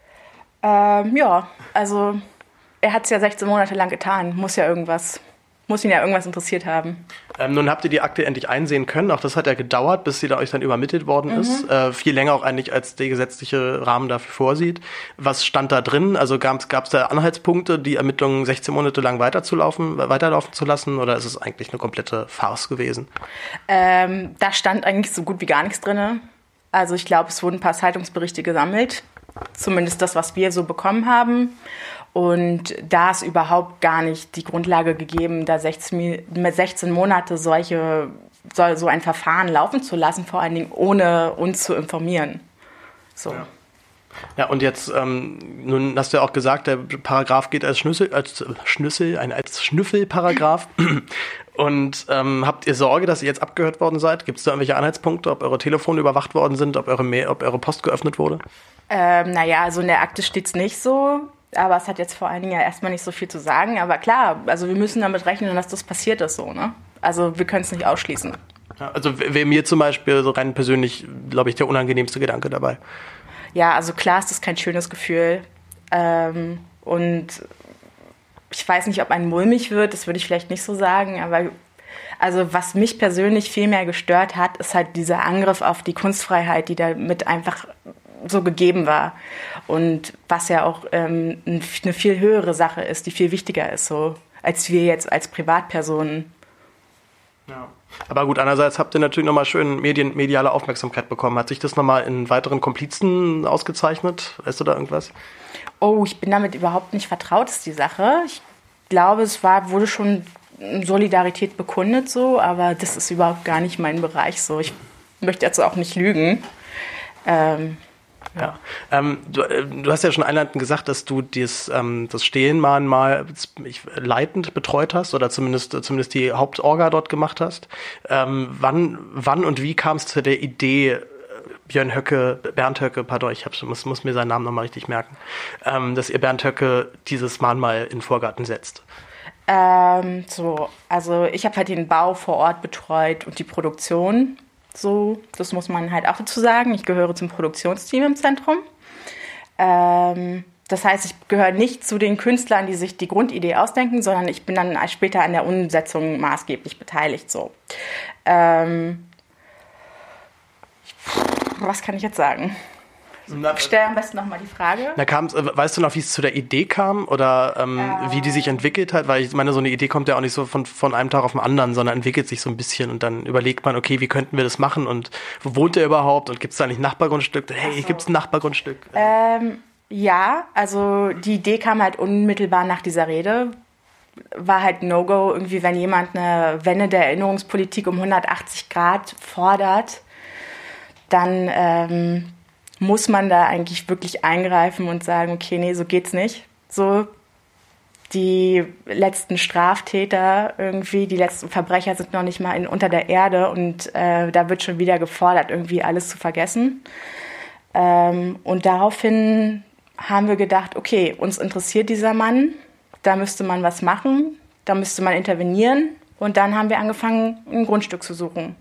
Ähm, ja, also er hat es ja sechzehn Monate lang getan, muss ja irgendwas, muss ihn ja irgendwas interessiert haben. Ähm, nun habt ihr die Akte endlich einsehen können. Auch das hat ja gedauert, bis sie da euch dann übermittelt worden mhm. ist. Äh, viel länger auch eigentlich, als der gesetzliche Rahmen dafür vorsieht. Was stand da drin? Also gab es da Anhaltspunkte, die Ermittlungen sechzehn Monate lang weiterzulaufen, weiterlaufen zu lassen? Oder ist es eigentlich eine komplette Farce gewesen? Ähm, da stand eigentlich so gut wie gar nichts drin. Also ich glaube, es wurden ein paar Zeitungsberichte gesammelt. Zumindest das, was wir so bekommen haben. Und da ist überhaupt gar nicht die Grundlage gegeben, da sechzehn, mit sechzehn Monate solche, so, so ein Verfahren laufen zu lassen, vor allen Dingen ohne uns zu informieren. So. Ja. Ja, und jetzt, ähm, nun hast du ja auch gesagt, der Paragraph geht als Schlüssel, als Schlüssel, ein als Schnüffelparagraph. Und ähm, habt ihr Sorge, dass ihr jetzt abgehört worden seid? Gibt es da irgendwelche Anhaltspunkte, ob eure Telefone überwacht worden sind, ob eure Mail, ob eure Post geöffnet wurde? Ähm, naja, also in der Akte steht es nicht so. Aber es hat jetzt vor allen Dingen ja erstmal nicht so viel zu sagen. Aber klar, also wir müssen damit rechnen, dass das passiert ist so, ne? Also wir können es nicht ausschließen. Ja, also wäre mir zum Beispiel so rein persönlich, glaube ich, der unangenehmste Gedanke dabei. Ja, also klar ist das kein schönes Gefühl. Ähm, und ich weiß nicht, ob ein mulmig wird, das würde ich vielleicht nicht so sagen. Aber also was mich persönlich viel mehr gestört hat, ist halt dieser Angriff auf die Kunstfreiheit, die damit einfach so gegeben war. Und was ja auch ähm, eine viel höhere Sache ist, die viel wichtiger ist, so als wir jetzt als Privatpersonen. Ja. Aber gut, andererseits habt ihr natürlich nochmal schön Medien, mediale Aufmerksamkeit bekommen. Hat sich das nochmal in weiteren Komplizen ausgezeichnet? Weißt du da irgendwas? Oh, ich bin damit überhaupt nicht vertraut, ist die Sache. Ich glaube, es war, wurde schon Solidarität bekundet, so, aber das ist überhaupt gar nicht mein Bereich. So. Ich möchte jetzt auch nicht lügen. Ähm, Ja, ähm, du, du hast ja schon einleitend gesagt, dass du dies, ähm, das Stehlen-Mahnmal leitend betreut hast oder zumindest zumindest die Hauptorga dort gemacht hast. Ähm, wann, wann und wie kam es zu der Idee, Björn Höcke, Bernd Höcke, pardon, ich hab's, muss, muss mir seinen Namen nochmal richtig merken, ähm, dass ihr Bernd Höcke dieses Mahnmal in den Vorgarten setzt? Ähm, so, also ich habe halt den Bau vor Ort betreut und die Produktion. So, das muss man halt auch dazu sagen. Ich gehöre zum Produktionsteam im Zentrum. Ähm, das heißt, ich gehöre nicht zu den Künstlern, die sich die Grundidee ausdenken, sondern ich bin dann später an der Umsetzung maßgeblich beteiligt. So. Ähm, was kann ich jetzt sagen? Ich stelle am besten nochmal die Frage. Na, kam's, weißt du noch, wie es zu der Idee kam oder ähm, äh, wie die sich entwickelt hat? Weil ich meine, so eine Idee kommt ja auch nicht so von, von einem Tag auf den anderen, sondern entwickelt sich so ein bisschen und dann überlegt man, okay, wie könnten wir das machen und wo wohnt ihr überhaupt und gibt es da nicht ein Nachbargrundstück? Hey, so. Gibt es ein Nachbargrundstück? Ähm, ja, also die Idee kam halt unmittelbar nach dieser Rede. War halt No-Go, irgendwie, wenn jemand eine Wende der Erinnerungspolitik um hundertachtzig Grad fordert, dann ähm, muss man da eigentlich wirklich eingreifen und sagen, okay, nee, so geht's nicht. So, die letzten Straftäter irgendwie, die letzten Verbrecher sind noch nicht mal in, unter der Erde und äh, da wird schon wieder gefordert, irgendwie alles zu vergessen. Ähm, und daraufhin haben wir gedacht, okay, uns interessiert dieser Mann, da müsste man was machen, da müsste man intervenieren und dann haben wir angefangen, ein Grundstück zu suchen.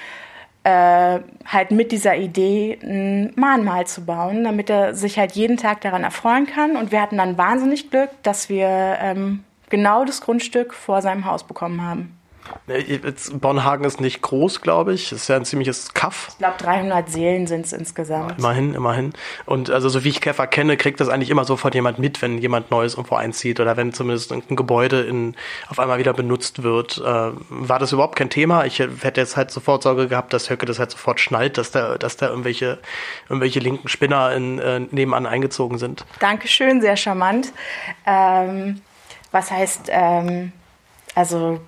Äh, halt mit dieser Idee ein Mahnmal zu bauen, damit er sich halt jeden Tag daran erfreuen kann. Und wir hatten dann wahnsinnig Glück, dass wir ähm, genau das Grundstück vor seinem Haus bekommen haben. Jetzt, Bornhagen ist nicht groß, glaube ich. Es ist ja ein ziemliches Kaff. Ich glaube, dreihundert Seelen sind es insgesamt. Ja, immerhin, immerhin. Und also so wie ich Käfer kenne, kriegt das eigentlich immer sofort jemand mit, wenn jemand Neues irgendwo einzieht oder wenn zumindest ein Gebäude in, auf einmal wieder benutzt wird. Äh, war das überhaupt kein Thema? Ich hätte jetzt halt sofort Sorge gehabt, dass Höcke das halt sofort schnallt, dass da, dass da irgendwelche, irgendwelche linken Spinner in, äh, nebenan eingezogen sind. Dankeschön, sehr charmant. Ähm, was heißt, ähm, also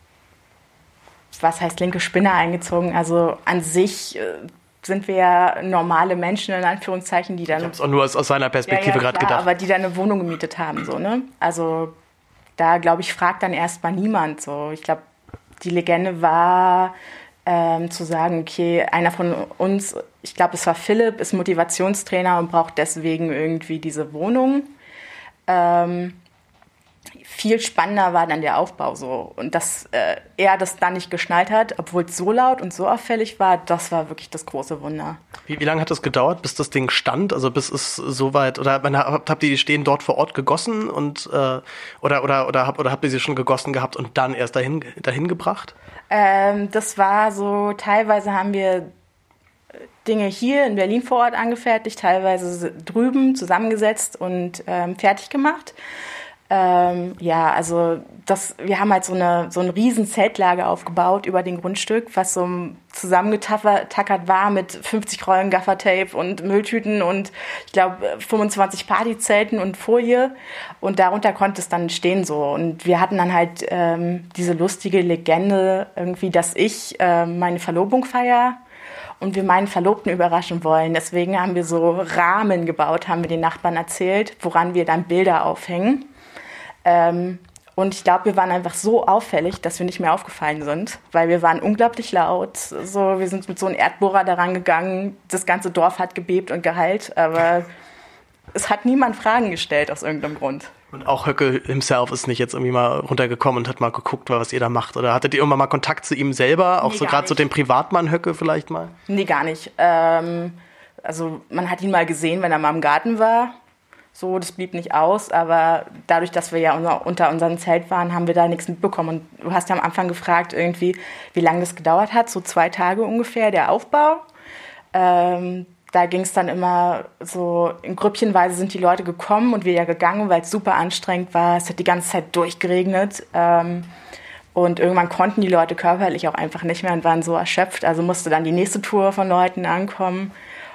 was heißt linke Spinner eingezogen? Also an sich äh, sind wir ja normale Menschen, in Anführungszeichen, die dann... Ich habe es auch nur aus, aus seiner Perspektive ja, ja, gerade klar, gedacht. Aber die dann eine Wohnung gemietet haben, so, ne? Also da, glaube ich, fragt dann erstmal niemand so. Ich glaube, die Legende war ähm, zu sagen, okay, einer von uns, ich glaube, es war Philipp, ist Motivationstrainer und braucht deswegen irgendwie diese Wohnung. Ähm, Viel spannender war dann der Aufbau so. Und dass äh, er das dann nicht geschnallt hat, obwohl es so laut und so auffällig war, das war wirklich das große Wunder. Wie, wie lange hat das gedauert, bis das Ding stand? Also bis es soweit, oder habt, habt ihr die Stehen dort vor Ort gegossen und äh, oder, oder, oder, habt, oder habt ihr sie schon gegossen gehabt und dann erst dahin, dahin gebracht? Ähm, das war so, teilweise haben wir Dinge hier in Berlin vor Ort angefertigt, teilweise drüben zusammengesetzt und ähm, fertig gemacht. Ähm, ja, also das, wir haben halt so eine so ein riesen Zeltlager aufgebaut über dem Grundstück, was so zusammengetackert war mit fünfzig Rollen Gaffertape und Mülltüten und ich glaube fünfundzwanzig Partyzelten und Folie und darunter konnte es dann stehen so und wir hatten dann halt ähm, diese lustige Legende irgendwie, dass ich äh, meine Verlobung feiere und wir meinen Verlobten überraschen wollen. Deswegen haben wir so Rahmen gebaut, haben wir den Nachbarn erzählt, woran wir dann Bilder aufhängen. Ähm, und ich glaube, wir waren einfach so auffällig, dass wir nicht mehr aufgefallen sind, weil wir waren unglaublich laut. So, wir sind mit so einem Erdbohrer daran gegangen, das ganze Dorf hat gebebt und geheilt, aber es hat niemand Fragen gestellt aus irgendeinem Grund. Und auch Höcke himself ist nicht jetzt irgendwie mal runtergekommen und hat mal geguckt, was ihr da macht. Oder hattet ihr irgendwann mal Kontakt zu ihm selber? Auch nee, so gerade zu dem Privatmann Höcke vielleicht mal? Nee, gar nicht. Ähm, also man hat ihn mal gesehen, wenn er mal im Garten war. So, das blieb nicht aus, aber dadurch, dass wir ja unter, unter unserem Zelt waren, haben wir da nichts mitbekommen. Und du hast ja am Anfang gefragt, irgendwie, wie lange das gedauert hat, so zwei Tage ungefähr, der Aufbau. Ähm, da ging es dann immer so, in Grüppchenweise sind die Leute gekommen und wir ja gegangen, weil es super anstrengend war. Es hat die ganze Zeit durchgeregnet. Ähm, und irgendwann konnten die Leute körperlich auch einfach nicht mehr und waren so erschöpft. Also musste dann die nächste Tour von Leuten ankommen.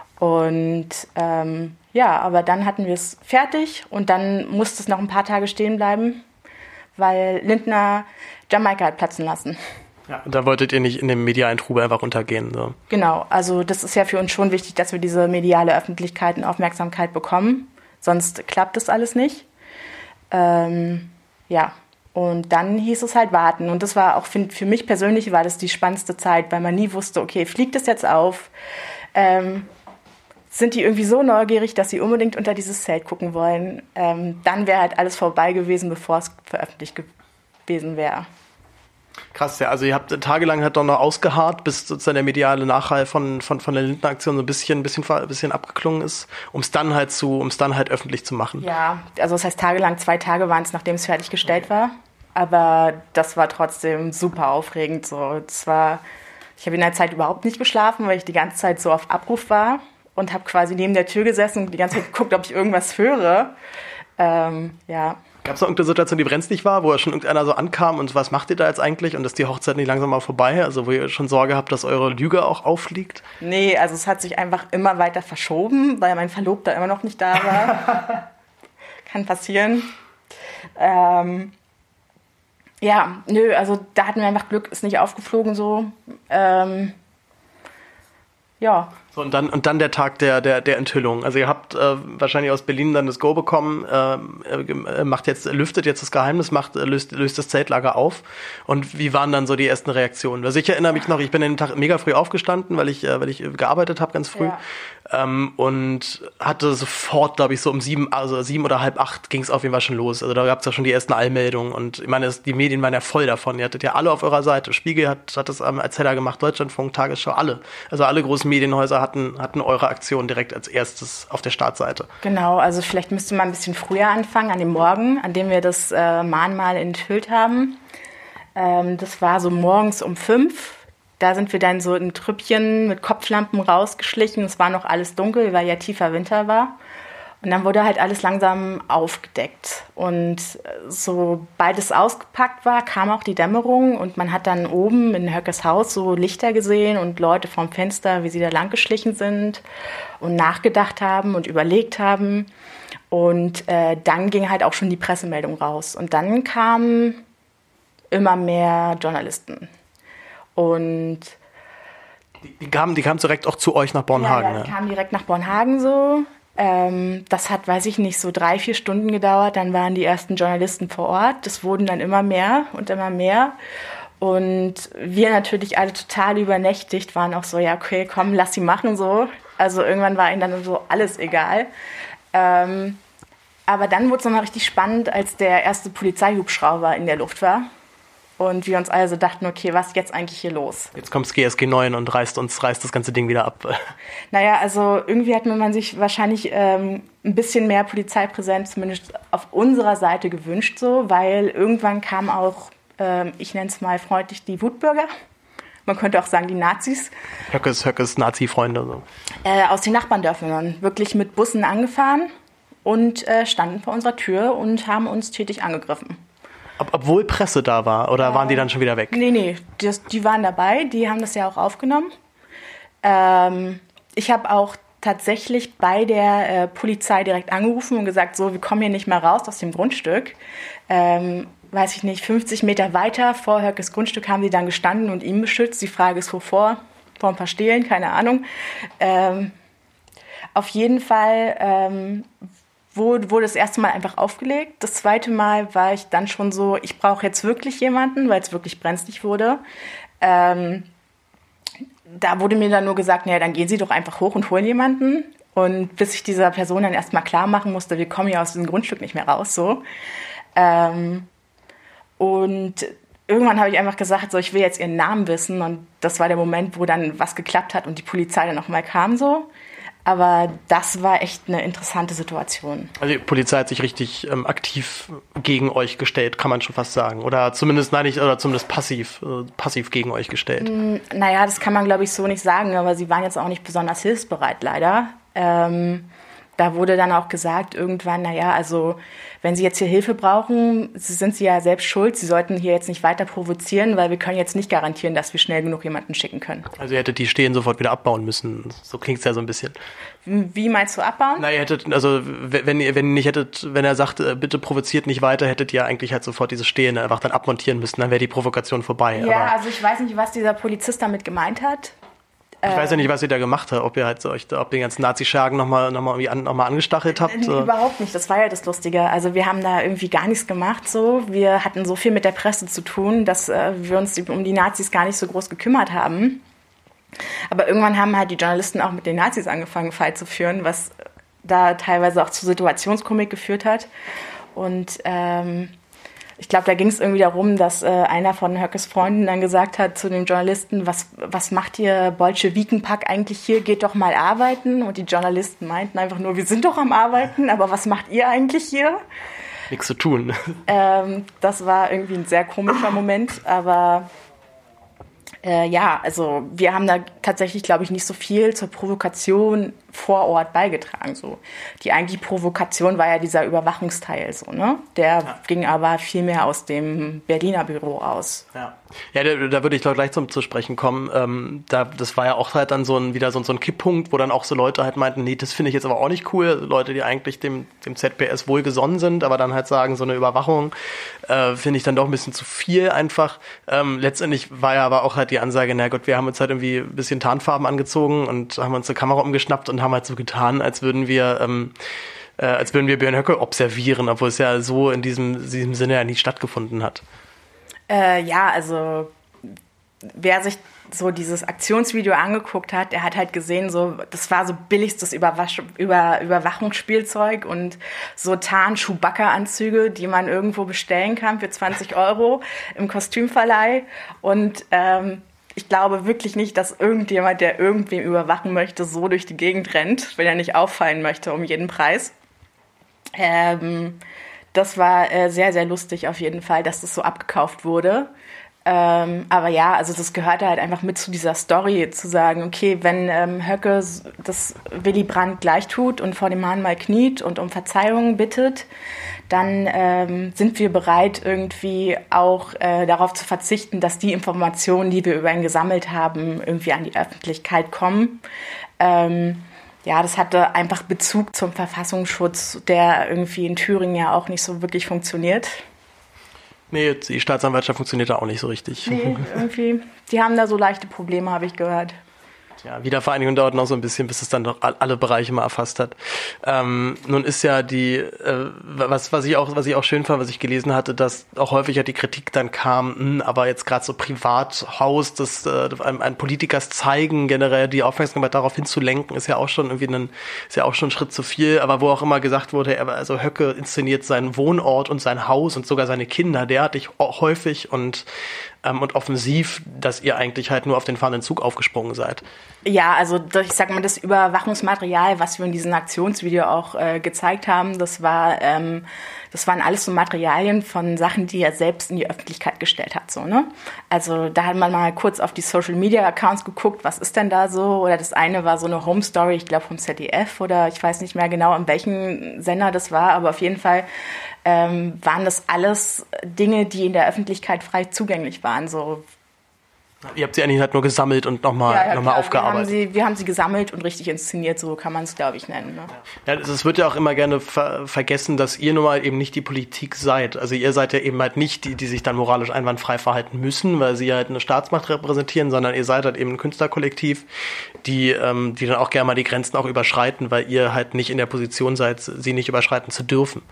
Und ähm, ja, aber dann hatten wir es fertig und dann musste es noch ein paar Tage stehen bleiben, weil Lindner Jamaika hat platzen lassen. Ja, und da wolltet ihr nicht in dem medialen Trubel einfach untergehen. So. Genau, also das ist ja für uns schon wichtig, dass wir diese mediale Öffentlichkeit und Aufmerksamkeit bekommen, sonst klappt das alles nicht. Ähm, ja, und dann hieß es halt warten und das war auch für, für mich persönlich war das die spannendste Zeit, weil man nie wusste, okay, fliegt es jetzt auf? Ähm, sind die irgendwie so neugierig, dass sie unbedingt unter dieses Zelt gucken wollen, ähm, dann wäre halt alles vorbei gewesen, bevor es veröffentlicht gewesen wäre. Krass, ja. Also ihr habt tagelang halt doch noch ausgeharrt, bis sozusagen der mediale Nachhall von, von, von der Lindner-Aktion so ein bisschen, ein bisschen, ein bisschen abgeklungen ist, um es dann halt zu, um es dann halt öffentlich zu machen. Ja, also das heißt tagelang, zwei Tage waren es, nachdem es fertiggestellt war. Aber das war trotzdem super aufregend. So, das war, ich habe in der Zeit überhaupt nicht geschlafen, weil ich die ganze Zeit so auf Abruf war. und habe quasi neben der Tür gesessen und die ganze Zeit geguckt, ob ich irgendwas höre. Ähm, ja. Gab es noch irgendeine Situation, die brenzlig war, wo schon irgendeiner so ankam und was macht ihr da jetzt eigentlich und ist die Hochzeit nicht langsam mal vorbei? Also wo ihr schon Sorge habt, dass eure Lüge auch auffliegt? Nee, also es hat sich einfach immer weiter verschoben, weil mein Verlobter immer noch nicht da war. Kann passieren. Ähm, ja, nö, also da hatten wir einfach Glück, ist nicht aufgeflogen so. Ähm, ja. So, und dann, und dann der Tag der, der, der Enthüllung. Also ihr habt äh, wahrscheinlich aus Berlin dann das Go bekommen, äh, macht jetzt, lüftet jetzt das Geheimnis, macht, löst, löst das Zeltlager auf. Und wie waren dann so die ersten Reaktionen? Also ich erinnere mich noch, ich bin den Tag mega früh aufgestanden, weil ich, äh, weil ich gearbeitet habe ganz früh. Ja. Ähm, und hatte sofort, glaube ich, so um sieben, also sieben oder halb acht ging es auf jeden Fall schon los. Also da gab es ja schon die ersten Eilmeldungen. Und ich meine, das, die Medien waren ja voll davon. Ihr hattet ja alle auf eurer Seite. Spiegel hat, hat das als Header gemacht, Deutschlandfunk, Tagesschau, alle. Also alle großen Medienhäuser hatten, hatten eure Aktion direkt als erstes auf der Startseite. Genau, also vielleicht müsste man ein bisschen früher anfangen, an dem Morgen, an dem wir das äh, Mahnmal enthüllt haben. Ähm, das war so morgens um fünf. Da sind wir dann so in Trüppchen mit Kopflampen rausgeschlichen. Es war noch alles dunkel, weil ja tiefer Winter war. Und dann wurde halt alles langsam aufgedeckt. Und sobald es ausgepackt war, kam auch die Dämmerung. Und man hat dann oben in Höckes Haus so Lichter gesehen und Leute vorm Fenster, wie sie da lang geschlichen sind und nachgedacht haben und überlegt haben. Und äh, dann ging halt auch schon die Pressemeldung raus. Und dann kamen immer mehr Journalisten. Und die, die kamen die kamen direkt auch zu euch nach Bornhagen. Ja, ja, die kamen direkt nach Bornhagen so. Ähm, das hat, weiß ich nicht, so drei, vier Stunden gedauert. Dann waren die ersten Journalisten vor Ort. Das wurden dann immer mehr und immer mehr. Und wir natürlich alle total übernächtigt, waren auch so, ja, okay, komm, lass sie machen so. Also irgendwann war ihnen dann so alles egal. Ähm, aber dann wurde es nochmal richtig spannend, als der erste Polizeihubschrauber in der Luft war. Und wir uns alle so dachten, okay, was ist jetzt eigentlich hier los? Jetzt kommt das G S G neun und reißt uns reißt das ganze Ding wieder ab. Naja, also irgendwie hat man sich wahrscheinlich ähm, ein bisschen mehr Polizeipräsenz zumindest auf unserer Seite gewünscht, so, weil irgendwann kamen auch, ähm, ich nenne es mal freundlich, die Wutbürger. Man könnte auch sagen, die Nazis. Höckes, Höckes Nazi-Freunde. So. Äh, aus den Nachbarndörfern, wirklich mit Bussen angefahren und äh, standen vor unserer Tür und haben uns tätig angegriffen. Obwohl Presse da war, oder waren die dann schon wieder weg? Nee, nee, das, die waren dabei, die haben das ja auch aufgenommen. Ähm, ich habe auch tatsächlich bei der äh, Polizei direkt angerufen und gesagt, so, wir kommen hier nicht mehr raus aus dem Grundstück. Ähm, weiß ich nicht, fünfzig Meter weiter vor Höckes Grundstück haben die dann gestanden und ihn beschützt. Die Frage ist, wovor? Vor ein paar Stehlen, keine Ahnung. Ähm, auf jeden Fall ähm, wurde das erste Mal einfach aufgelegt. Das zweite Mal war ich dann schon so, ich brauche jetzt wirklich jemanden, weil es wirklich brenzlig wurde. Ähm, da wurde mir dann nur gesagt, naja, dann gehen Sie doch einfach hoch und holen jemanden. Und bis ich dieser Person dann erstmal klar machen musste, wir kommen ja aus diesem Grundstück nicht mehr raus. So. Ähm, und irgendwann habe ich einfach gesagt, so, ich will jetzt Ihren Namen wissen. Und das war der Moment, wo dann was geklappt hat und die Polizei dann nochmal kam so. Aber das war echt eine interessante Situation. Also die Polizei hat sich richtig ähm, aktiv gegen euch gestellt, kann man schon fast sagen. Oder zumindest, nein, nicht, oder zumindest passiv, äh, passiv gegen euch gestellt. Mm, naja, das kann man, glaube ich, so nicht sagen. Aber sie waren jetzt auch nicht besonders hilfsbereit, leider. Ähm, da wurde dann auch gesagt irgendwann, naja, also wenn Sie jetzt hier Hilfe brauchen, sind Sie ja selbst schuld. Sie sollten hier jetzt nicht weiter provozieren, weil wir können jetzt nicht garantieren, dass wir schnell genug jemanden schicken können. Also ihr hättet die Stehen sofort wieder abbauen müssen. So klingt es ja so ein bisschen. Wie meinst du abbauen? Na, ihr hättet, also wenn ihr, wenn ihr nicht hättet, wenn er sagt, bitte provoziert nicht weiter, hättet ihr eigentlich halt sofort diese Stehen einfach dann abmontieren müssen, dann wäre die Provokation vorbei. Ja, aber also ich weiß nicht, was dieser Polizist damit gemeint hat. Ich weiß ja nicht, was ihr da gemacht habt, ob ihr halt so euch, ob den ganzen Nazi-Schergen nochmal noch mal irgendwie an, noch mal angestachelt habt. Nee, überhaupt nicht, das war ja das Lustige. Also wir haben da irgendwie gar nichts gemacht so. Wir hatten so viel mit der Presse zu tun, dass äh, wir uns um die Nazis gar nicht so groß gekümmert haben. Aber irgendwann haben halt die Journalisten auch mit den Nazis angefangen, Fight zu führen, was da teilweise auch zu Situationskomik geführt hat. Und ähm, ich glaube, da ging es irgendwie darum, dass äh, einer von Höckes Freunden dann gesagt hat zu den Journalisten, was, was macht ihr Bolschewikenpack eigentlich hier? Geht doch mal arbeiten. Und die Journalisten meinten einfach nur, wir sind doch am Arbeiten, aber was macht ihr eigentlich hier? Nichts zu tun. Ähm, das war irgendwie ein sehr komischer Moment, aber äh, ja, also wir haben da tatsächlich, glaube ich, nicht so viel zur Provokation vor Ort beigetragen. So. Die eigentliche Provokation war ja dieser Überwachungsteil. So, ne? Der ja. ging aber viel mehr aus dem Berliner Büro aus. Ja, ja da, da würde ich doch gleich zum zu sprechen kommen. Ähm, da, das war ja auch halt dann so ein, wieder so, so ein Kipppunkt, wo dann auch so Leute halt meinten, nee, das finde ich jetzt aber auch nicht cool. Also Leute, die eigentlich dem, dem Z B S wohlgesonnen sind, aber dann halt sagen, so eine Überwachung äh, finde ich dann doch ein bisschen zu viel einfach. Ähm, letztendlich war ja aber auch halt die Ansage, na Gott, wir haben uns halt irgendwie ein bisschen Tarnfarben angezogen und haben uns eine Kamera umgeschnappt und haben halt so getan, als würden wir ähm, äh, als würden wir Björn Höcke observieren, obwohl es ja so in diesem, diesem Sinne ja nie stattgefunden hat. Äh, ja, also wer sich so dieses Aktionsvideo angeguckt hat, der hat halt gesehen, so das war so billigstes Überwasch- Über- Überwachungsspielzeug und so Tarn-Chewbacca-Anzüge, die man irgendwo bestellen kann für zwanzig Euro im Kostümverleih. Und ähm, ich glaube wirklich nicht, dass irgendjemand, der irgendwem überwachen möchte, so durch die Gegend rennt, wenn er nicht auffallen möchte um jeden Preis. Ähm, das war äh, sehr, sehr lustig auf jeden Fall, dass das so abgekauft wurde. Ähm, aber ja, also das gehörte halt einfach mit zu dieser Story, zu sagen, okay, wenn ähm, Höcke das Willy Brandt gleich tut und vor dem Mahnmal kniet und um Verzeihung bittet, dann ähm, sind wir bereit, irgendwie auch äh, darauf zu verzichten, dass die Informationen, die wir über ihn gesammelt haben, irgendwie an die Öffentlichkeit kommen. Ähm, ja, das hatte einfach Bezug zum Verfassungsschutz, der irgendwie in Thüringen ja auch nicht so wirklich funktioniert. Nee, die Staatsanwaltschaft funktioniert da auch nicht so richtig. Nee, irgendwie, die haben da so leichte Probleme, habe ich gehört. Ja, Wiedervereinigung dauert noch so ein bisschen, bis es dann doch alle Bereiche mal erfasst hat. Ähm, nun ist ja die, äh, was, was ich auch, was ich auch schön fand, was ich gelesen hatte, dass auch häufig ja die Kritik dann kam, mh, aber jetzt gerade so Privathaus, das äh, einem, einem Politikers zeigen, generell die Aufmerksamkeit darauf hinzulenken, ist ja auch schon irgendwie ein, ist ja auch schon ein Schritt zu viel. Aber wo auch immer gesagt wurde, er, also Höcke inszeniert seinen Wohnort und sein Haus und sogar seine Kinder derartig häufig und ähm, und offensiv, dass ihr eigentlich halt nur auf den fahrenden Zug aufgesprungen seid. Ja, also ich sag mal, das Überwachungsmaterial, was wir in diesem Aktionsvideo auch äh, gezeigt haben, das war, ähm, das waren alles so Materialien von Sachen, die er selbst in die Öffentlichkeit gestellt hat, so, ne? Also da hat man mal kurz auf die Social Media Accounts geguckt, was ist denn da so? Oder das eine war so eine Home Story, ich glaube vom Z D F oder ich weiß nicht mehr genau, in welchem Sender das war, aber auf jeden Fall ähm, waren das alles Dinge, die in der Öffentlichkeit frei zugänglich waren, so. Ihr habt sie eigentlich halt nur gesammelt und nochmal ja, ja, noch mal aufgearbeitet. Wir haben, sie, wir haben sie gesammelt und richtig inszeniert, so kann man es, glaube ich, nennen. Ne? Ja, es wird ja auch immer gerne ver- vergessen, dass ihr nun mal eben nicht die Politik seid. Also ihr seid ja eben halt nicht die, die sich dann moralisch einwandfrei verhalten müssen, weil sie halt eine Staatsmacht repräsentieren, sondern ihr seid halt eben ein Künstlerkollektiv, die, ähm, die dann auch gerne mal die Grenzen auch überschreiten, weil ihr halt nicht in der Position seid, sie nicht überschreiten zu dürfen.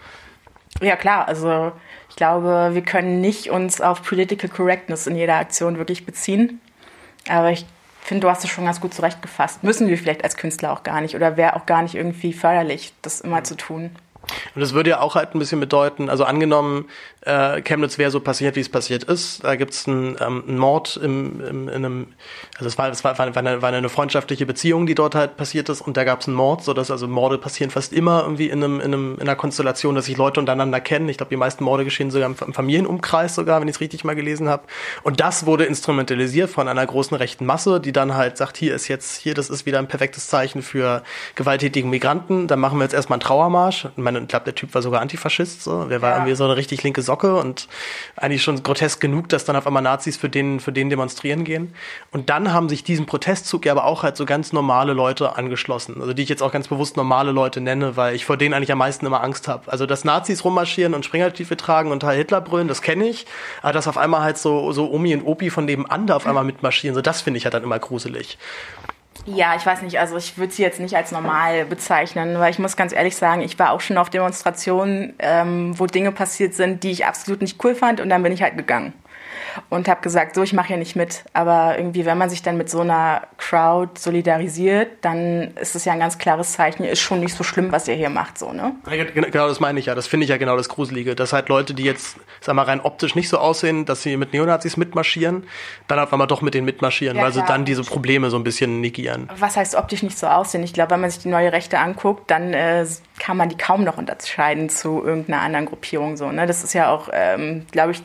Ja klar, also ich glaube, wir können nicht uns auf Political Correctness in jeder Aktion wirklich beziehen. Aber ich finde, du hast es schon ganz gut zurechtgefasst. Müssen wir vielleicht als Künstler auch gar nicht oder wäre auch gar nicht irgendwie förderlich, das immer zu tun. Und das würde ja auch halt ein bisschen bedeuten, also angenommen, äh, Chemnitz wäre so passiert, wie es passiert ist. Da gibt's einen, ähm, einen Mord im, im, in einem, also es war, es war, war, eine, war eine freundschaftliche Beziehung, die dort halt passiert ist und da gab's einen Mord, so dass also Morde passieren fast immer irgendwie in einem, in einem, in einer Konstellation, dass sich Leute untereinander kennen. Ich glaube, die meisten Morde geschehen sogar im, im Familienumkreis sogar, wenn ich es richtig mal gelesen habe. Und das wurde instrumentalisiert von einer großen rechten Masse, die dann halt sagt, hier ist jetzt, hier, das ist wieder ein perfektes Zeichen für gewalttätigen Migranten. Dann machen wir jetzt erstmal einen Trauermarsch. Ich meine, ich glaube, der Typ war sogar Antifaschist, so. Der war ja irgendwie so eine richtig linke Socke und eigentlich schon grotesk genug, dass dann auf einmal Nazis für den, für den demonstrieren gehen. Und dann haben sich diesem Protestzug ja aber auch halt so ganz normale Leute angeschlossen. Also die ich jetzt auch ganz bewusst normale Leute nenne, weil ich vor denen eigentlich am meisten immer Angst habe. Also dass Nazis rummarschieren und Springerstiefel tragen und Heil Hitler brüllen, das kenne ich. Aber dass auf einmal halt so, so Omi und Opi von nebenan da auf einmal mitmarschieren, so das finde ich halt dann immer gruselig. Ja, ich weiß nicht, also ich würde sie jetzt nicht als normal bezeichnen, weil ich muss ganz ehrlich sagen, ich war auch schon auf Demonstrationen, ähm, wo Dinge passiert sind, die ich absolut nicht cool fand und dann bin ich halt gegangen und habe gesagt, so, ich mache ja nicht mit, aber irgendwie, wenn man sich dann mit so einer Crowd solidarisiert, dann ist es ja ein ganz klares Zeichen, ist schon nicht so schlimm, was ihr hier macht, so, ne? Ja, genau, das meine ich ja, das finde ich ja genau das Gruselige, dass halt Leute, die jetzt, sag mal, rein optisch nicht so aussehen, dass sie mit Neonazis mitmarschieren, dann auf einmal doch mit denen mitmarschieren, ja, weil sie dann diese Probleme so ein bisschen negieren. Was heißt optisch nicht so aussehen? Ich glaube, wenn man sich die neue Rechte anguckt, dann äh, kann man die kaum noch unterscheiden zu irgendeiner anderen Gruppierung, so, ne? Das ist ja auch, ähm, glaube ich,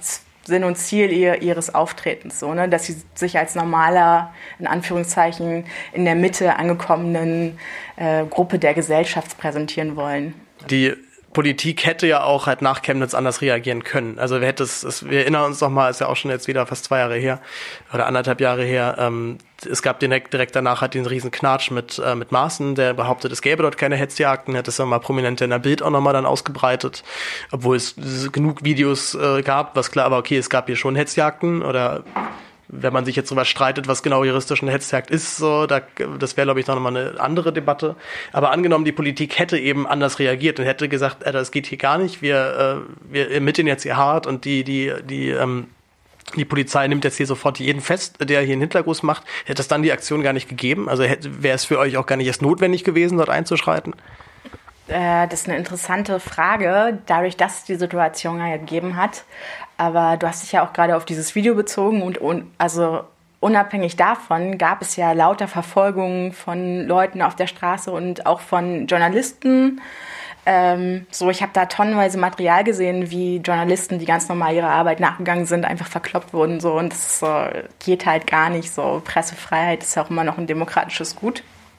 Sinn und Ziel ihr, ihres Auftretens, so, ne? Dass sie sich als normaler, in Anführungszeichen, in der Mitte angekommenen äh, Gruppe der Gesellschaft präsentieren wollen. Die Politik hätte ja auch halt nach Chemnitz anders reagieren können. Also wir hätte es, es wir erinnern uns noch mal, ist ja auch schon jetzt wieder fast zwei Jahre her oder anderthalb Jahre her. Ähm, es gab direkt, direkt danach halt den riesen Knatsch mit äh, mit Maaßen, der behauptet, es gäbe dort keine Hetzjagden, hat das ja mal prominent in der Bild auch nochmal dann ausgebreitet, obwohl es genug Videos äh, gab, was klar, aber okay, es gab hier schon Hetzjagden oder wenn man sich jetzt darüber streitet, was genau juristisch eine Hetzjagd ist, so, da, das wäre, glaube ich, noch mal eine andere Debatte. Aber angenommen, die Politik hätte eben anders reagiert und hätte gesagt, äh, das geht hier gar nicht, wir, äh, wir ermitteln jetzt hier hart und die, die, die, ähm, die Polizei nimmt jetzt hier sofort jeden fest, der hier einen Hitlergruß macht, hätte es dann die Aktion gar nicht gegeben? Also wäre es für euch auch gar nicht erst notwendig gewesen, dort einzuschreiten? Äh, das ist eine interessante Frage, dadurch, dass es die Situation ja gegeben hat. Aber du hast dich ja auch gerade auf dieses Video bezogen und, und also unabhängig davon gab es ja lauter Verfolgungen von Leuten auf der Straße und auch von Journalisten. Ähm, so, ich habe da tonnenweise Material gesehen, wie Journalisten, die ganz normal ihrer Arbeit nachgegangen sind, einfach verkloppt wurden. So, und das so, geht halt gar nicht. So, Pressefreiheit ist ja auch immer noch ein demokratisches Gut.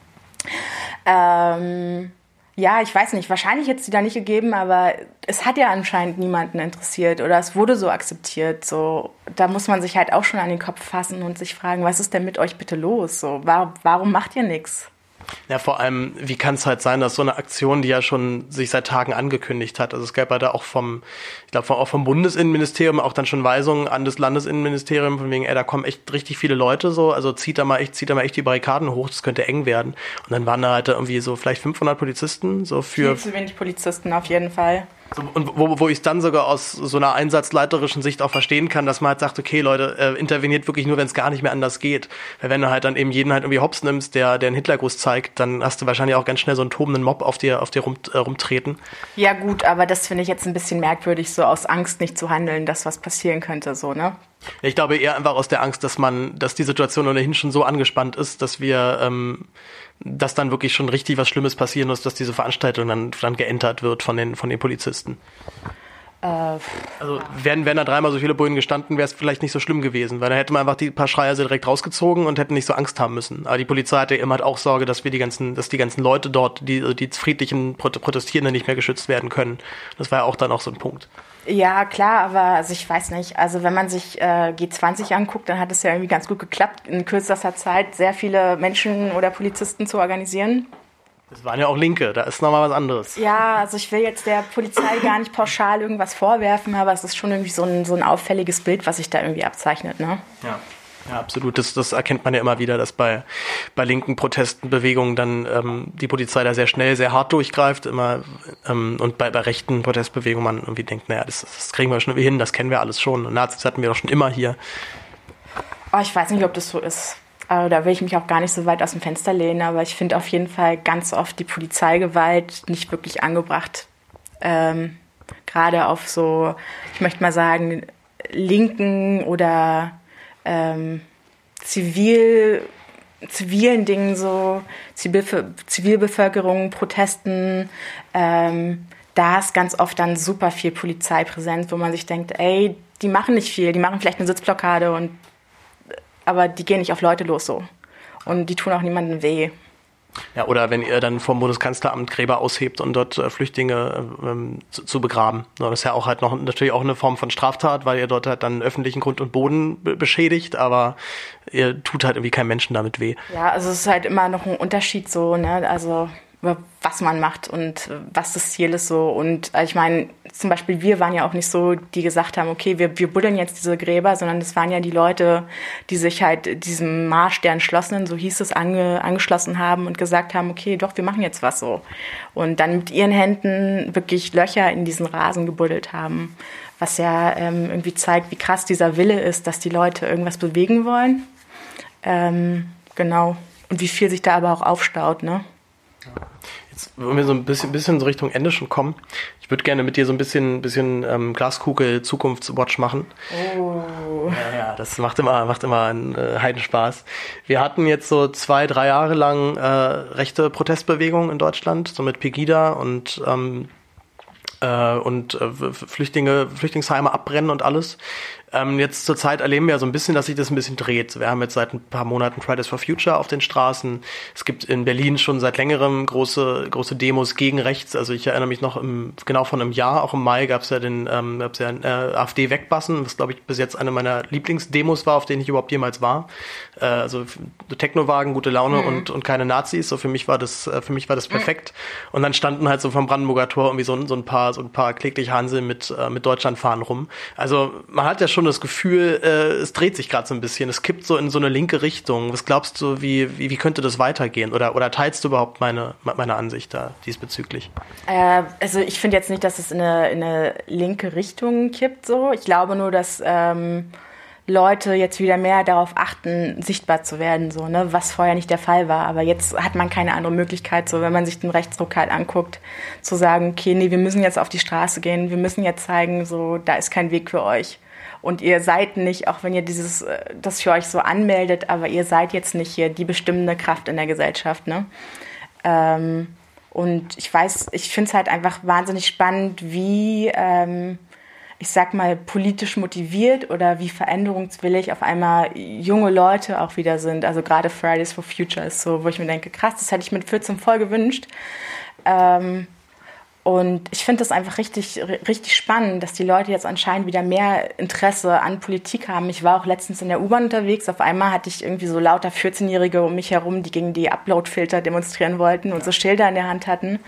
Ähm... Ja, ich weiß nicht, wahrscheinlich hätte es die da nicht gegeben, aber es hat ja anscheinend niemanden interessiert oder es wurde so akzeptiert. So, da muss man sich halt auch schon an den Kopf fassen und sich fragen, was ist denn mit euch bitte los? So, war, warum macht ihr nichts? Ja, vor allem, wie kann es halt sein, dass so eine Aktion, die ja schon sich seit Tagen angekündigt hat, also es gab ja da auch vom, ich glaube auch vom Bundesinnenministerium auch dann schon Weisungen an das Landesinnenministerium von wegen, ey, da kommen echt richtig viele Leute so, also zieht da mal echt, zieht da mal echt die Barrikaden hoch, das könnte eng werden. Und dann waren da halt irgendwie so vielleicht fünfhundert Polizisten, so für... Viel zu wenig Polizisten auf jeden Fall. So, und wo, wo ich es dann sogar aus so einer einsatzleiterischen Sicht auch verstehen kann, dass man halt sagt, okay, Leute, äh, interveniert wirklich nur, wenn es gar nicht mehr anders geht. Weil wenn du halt dann eben jeden halt irgendwie hops nimmst, der, der einen Hitlergruß zeigt, dann hast du wahrscheinlich auch ganz schnell so einen tobenden Mob auf dir, auf dir rum, äh, rumtreten. Ja gut, aber das finde ich jetzt ein bisschen merkwürdig, so aus Angst nicht zu handeln, dass was passieren könnte, so, ne? Ich glaube eher einfach aus der Angst, dass man, dass die Situation ohnehin schon so angespannt ist, dass wir, ähm, dass dann wirklich schon richtig was Schlimmes passieren muss, dass diese Veranstaltung dann, dann geentert wird von den, von den Polizisten. Äh, also wären, wären da dreimal so viele Bullen gestanden, wäre es vielleicht nicht so schlimm gewesen, weil da hätte man einfach die paar Schreier direkt rausgezogen und hätten nicht so Angst haben müssen. Aber die Polizei hatte immer halt auch Sorge, dass wir die ganzen, dass die ganzen Leute dort, die, die friedlichen Protestierenden nicht mehr geschützt werden können. Das war ja auch dann auch so ein Punkt. Ja, klar, aber also ich weiß nicht, also wenn man sich äh, G zwanzig anguckt, dann hat es ja irgendwie ganz gut geklappt, in kürzester Zeit sehr viele Menschen oder Polizisten zu organisieren. Das waren ja auch Linke, da ist nochmal was anderes. Ja, also ich will jetzt der Polizei gar nicht pauschal irgendwas vorwerfen, aber es ist schon irgendwie so ein, so ein auffälliges Bild, was sich da irgendwie abzeichnet, ne? Ja. Ja, absolut. Das, das erkennt man ja immer wieder, dass bei, bei linken Protesten, Bewegungen dann ähm, die Polizei da sehr schnell, sehr hart durchgreift immer ähm, und bei, bei rechten Protestbewegungen man irgendwie denkt, naja, das, das kriegen wir schon irgendwie hin, das kennen wir alles schon. Und Nazis hatten wir doch schon immer hier. Oh, ich weiß nicht, ob das so ist. Also da will ich mich auch gar nicht so weit aus dem Fenster lehnen, aber ich finde auf jeden Fall ganz oft die Polizeigewalt nicht wirklich angebracht. Ähm, gerade auf so, ich möchte mal sagen, linken oder Ähm, zivil, zivilen Dingen, so Zivilbe- Zivilbevölkerung, Protesten, ähm, da ist ganz oft dann super viel Polizeipräsenz, wo man sich denkt, ey, die machen nicht viel, die machen vielleicht eine Sitzblockade, und, aber die gehen nicht auf Leute los so. Und die tun auch niemandem weh. Ja, oder wenn ihr dann vom Bundeskanzleramt Gräber aushebt und dort äh, Flüchtlinge ähm, zu, zu begraben. Das ist ja auch halt noch natürlich auch eine Form von Straftat, weil ihr dort halt dann öffentlichen Grund und Boden be- beschädigt, aber ihr tut halt irgendwie keinem Menschen damit weh. Ja, also es ist halt immer noch ein Unterschied so, ne, also was man macht und was das Ziel ist so. Und ich meine, zum Beispiel wir waren ja auch nicht so, die gesagt haben, okay, wir, wir buddeln jetzt diese Gräber, sondern das waren ja die Leute, die sich halt diesem Marsch der Entschlossenen, so hieß es, ange, angeschlossen haben und gesagt haben, okay, doch, wir machen jetzt was so. Und dann mit ihren Händen wirklich Löcher in diesen Rasen gebuddelt haben, was ja ähm, irgendwie zeigt, wie krass dieser Wille ist, dass die Leute irgendwas bewegen wollen. Ähm, genau. Und wie viel sich da aber auch aufstaut, ne? Jetzt, wenn wir so ein bisschen, bisschen so Richtung Ende schon kommen, ich würde gerne mit dir so ein bisschen, bisschen ähm, Glaskugel Zukunftswatch machen. Oh. Ja, ja, das macht immer, macht immer einen äh, Heidenspaß. Wir hatten jetzt so zwei, drei Jahre lang äh, rechte Protestbewegungen in Deutschland, so mit Pegida und ähm, äh, und äh, Flüchtlinge, Flüchtlingsheime abbrennen und alles. Ähm, jetzt zur Zeit erleben wir ja so ein bisschen, dass sich das ein bisschen dreht. Wir haben jetzt seit ein paar Monaten Fridays for Future auf den Straßen. Es gibt in Berlin schon seit längerem große große Demos gegen rechts. Also ich erinnere mich noch im, genau von einem Jahr, auch im Mai gab es ja den ähm, gab's ja äh, AfD-Wegbassen, was glaube ich bis jetzt eine meiner Lieblingsdemos war, auf denen ich überhaupt jemals war. Äh, also Technowagen, gute Laune mhm. und und keine Nazis. So für mich war das äh, für mich war das perfekt. Mhm. Und dann standen halt so vom Brandenburger Tor irgendwie so, so ein paar so ein paar kläglich Hansel mit äh, mit Deutschlandfahnen rum. Also man hat ja schon das Gefühl, äh, es dreht sich gerade so ein bisschen. Es kippt so in so eine linke Richtung. Was glaubst du, wie wie, wie könnte das weitergehen? Oder oder teilst du überhaupt meine meine Ansicht da diesbezüglich? Äh, also ich finde jetzt nicht, dass es in eine, in eine linke Richtung kippt. So, ich glaube nur, dass ähm, Leute jetzt wieder mehr darauf achten, sichtbar zu werden, so, ne, was vorher nicht der Fall war. Aber jetzt hat man keine andere Möglichkeit, so, wenn man sich den Rechtsruck halt anguckt, zu sagen, okay, nee, wir müssen jetzt auf die Straße gehen, wir müssen jetzt zeigen, so, da ist kein Weg für euch. Und ihr seid nicht, auch wenn ihr dieses, das für euch so anmeldet, aber ihr seid jetzt nicht hier die bestimmende Kraft in der Gesellschaft, ne? Ähm, und ich weiß, ich finde es halt einfach wahnsinnig spannend, wie, ähm, ich sag mal, politisch motiviert oder wie veränderungswillig auf einmal junge Leute auch wieder sind. Also gerade Fridays for Future ist so, wo ich mir denke, krass, das hätte ich mit vierzehn voll gewünscht. Ähm, und ich finde das einfach richtig, richtig spannend, dass die Leute jetzt anscheinend wieder mehr Interesse an Politik haben. Ich war auch letztens in der U-Bahn unterwegs. Auf einmal hatte ich irgendwie so lauter vierzehnjährige um mich herum, die gegen die Upload-Filter demonstrieren wollten und so Schilder in der Hand hatten.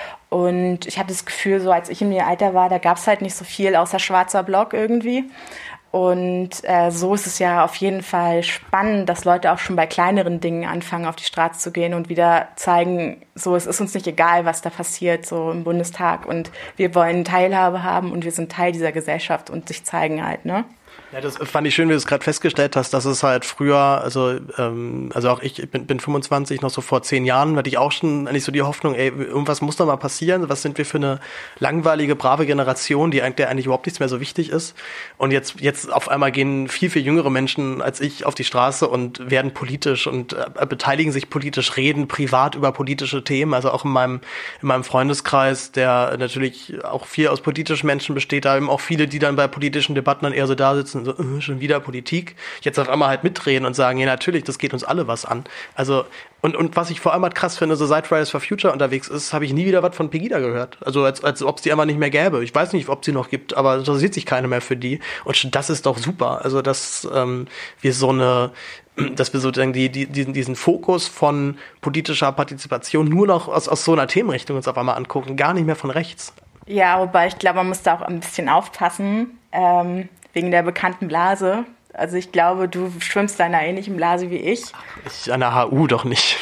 Und ich hatte das Gefühl, so als ich in dem Alter war, da gab es halt nicht so viel außer schwarzer Block irgendwie. Und äh, so ist es ja auf jeden Fall spannend, dass Leute auch schon bei kleineren Dingen anfangen, auf die Straße zu gehen und wieder zeigen, so, es ist uns nicht egal, was da passiert, so im Bundestag. Und wir wollen Teilhabe haben und wir sind Teil dieser Gesellschaft und sich zeigen halt, ne? Ja, das fand ich schön, wie du es gerade festgestellt hast, dass es halt früher, also ähm, also auch ich bin, bin fünfundzwanzig, noch so vor zehn Jahren hatte ich auch schon eigentlich so die Hoffnung, ey, irgendwas muss doch mal passieren, was sind wir für eine langweilige, brave Generation, die eigentlich, der eigentlich überhaupt nichts mehr so wichtig ist. Und jetzt jetzt auf einmal gehen viel, viel jüngere Menschen als ich auf die Straße und werden politisch und äh, beteiligen sich politisch, reden privat über politische Themen, also auch in meinem in meinem Freundeskreis, der natürlich auch viel aus politischen Menschen besteht, da eben auch viele, die dann bei politischen Debatten dann eher so da sitzen, so, äh, schon wieder Politik, jetzt auf einmal halt mitreden und sagen, ja natürlich, das geht uns alle was an. Also, und und was ich vor allem halt krass finde, so seit Fridays for Future unterwegs ist, habe ich nie wieder was von Pegida gehört. Also als, als ob es die einfach nicht mehr gäbe. Ich weiß nicht, ob sie noch gibt, aber interessiert sich keiner mehr für die. Und das ist doch super. Also, dass ähm, wir so eine dass wir sozusagen die, die, diesen, diesen Fokus von politischer Partizipation nur noch aus, aus so einer Themenrichtung uns auf einmal angucken, gar nicht mehr von rechts. Ja, wobei ich glaube, man muss da auch ein bisschen aufpassen, ähm, wegen der bekannten Blase. Also ich glaube, du schwimmst da in einer ähnlichen Blase wie ich. Ich an der H U doch nicht.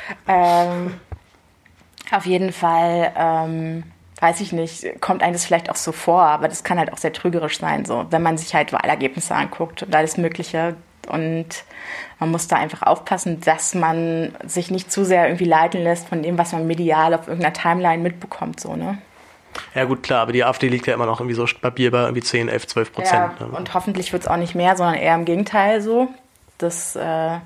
ähm, auf jeden Fall, ähm, weiß ich nicht, kommt einem das vielleicht auch so vor, aber das kann halt auch sehr trügerisch sein, so, wenn man sich halt Wahlergebnisse anguckt und alles Mögliche. Und man muss da einfach aufpassen, dass man sich nicht zu sehr irgendwie leiten lässt von dem, was man medial auf irgendeiner Timeline mitbekommt, so, ne? Ja gut, klar, aber die AfD liegt ja immer noch irgendwie so stabil bei irgendwie zehn, elf, zwölf Prozent. Ja, und hoffentlich wird es auch nicht mehr, sondern eher im Gegenteil so. Das äh,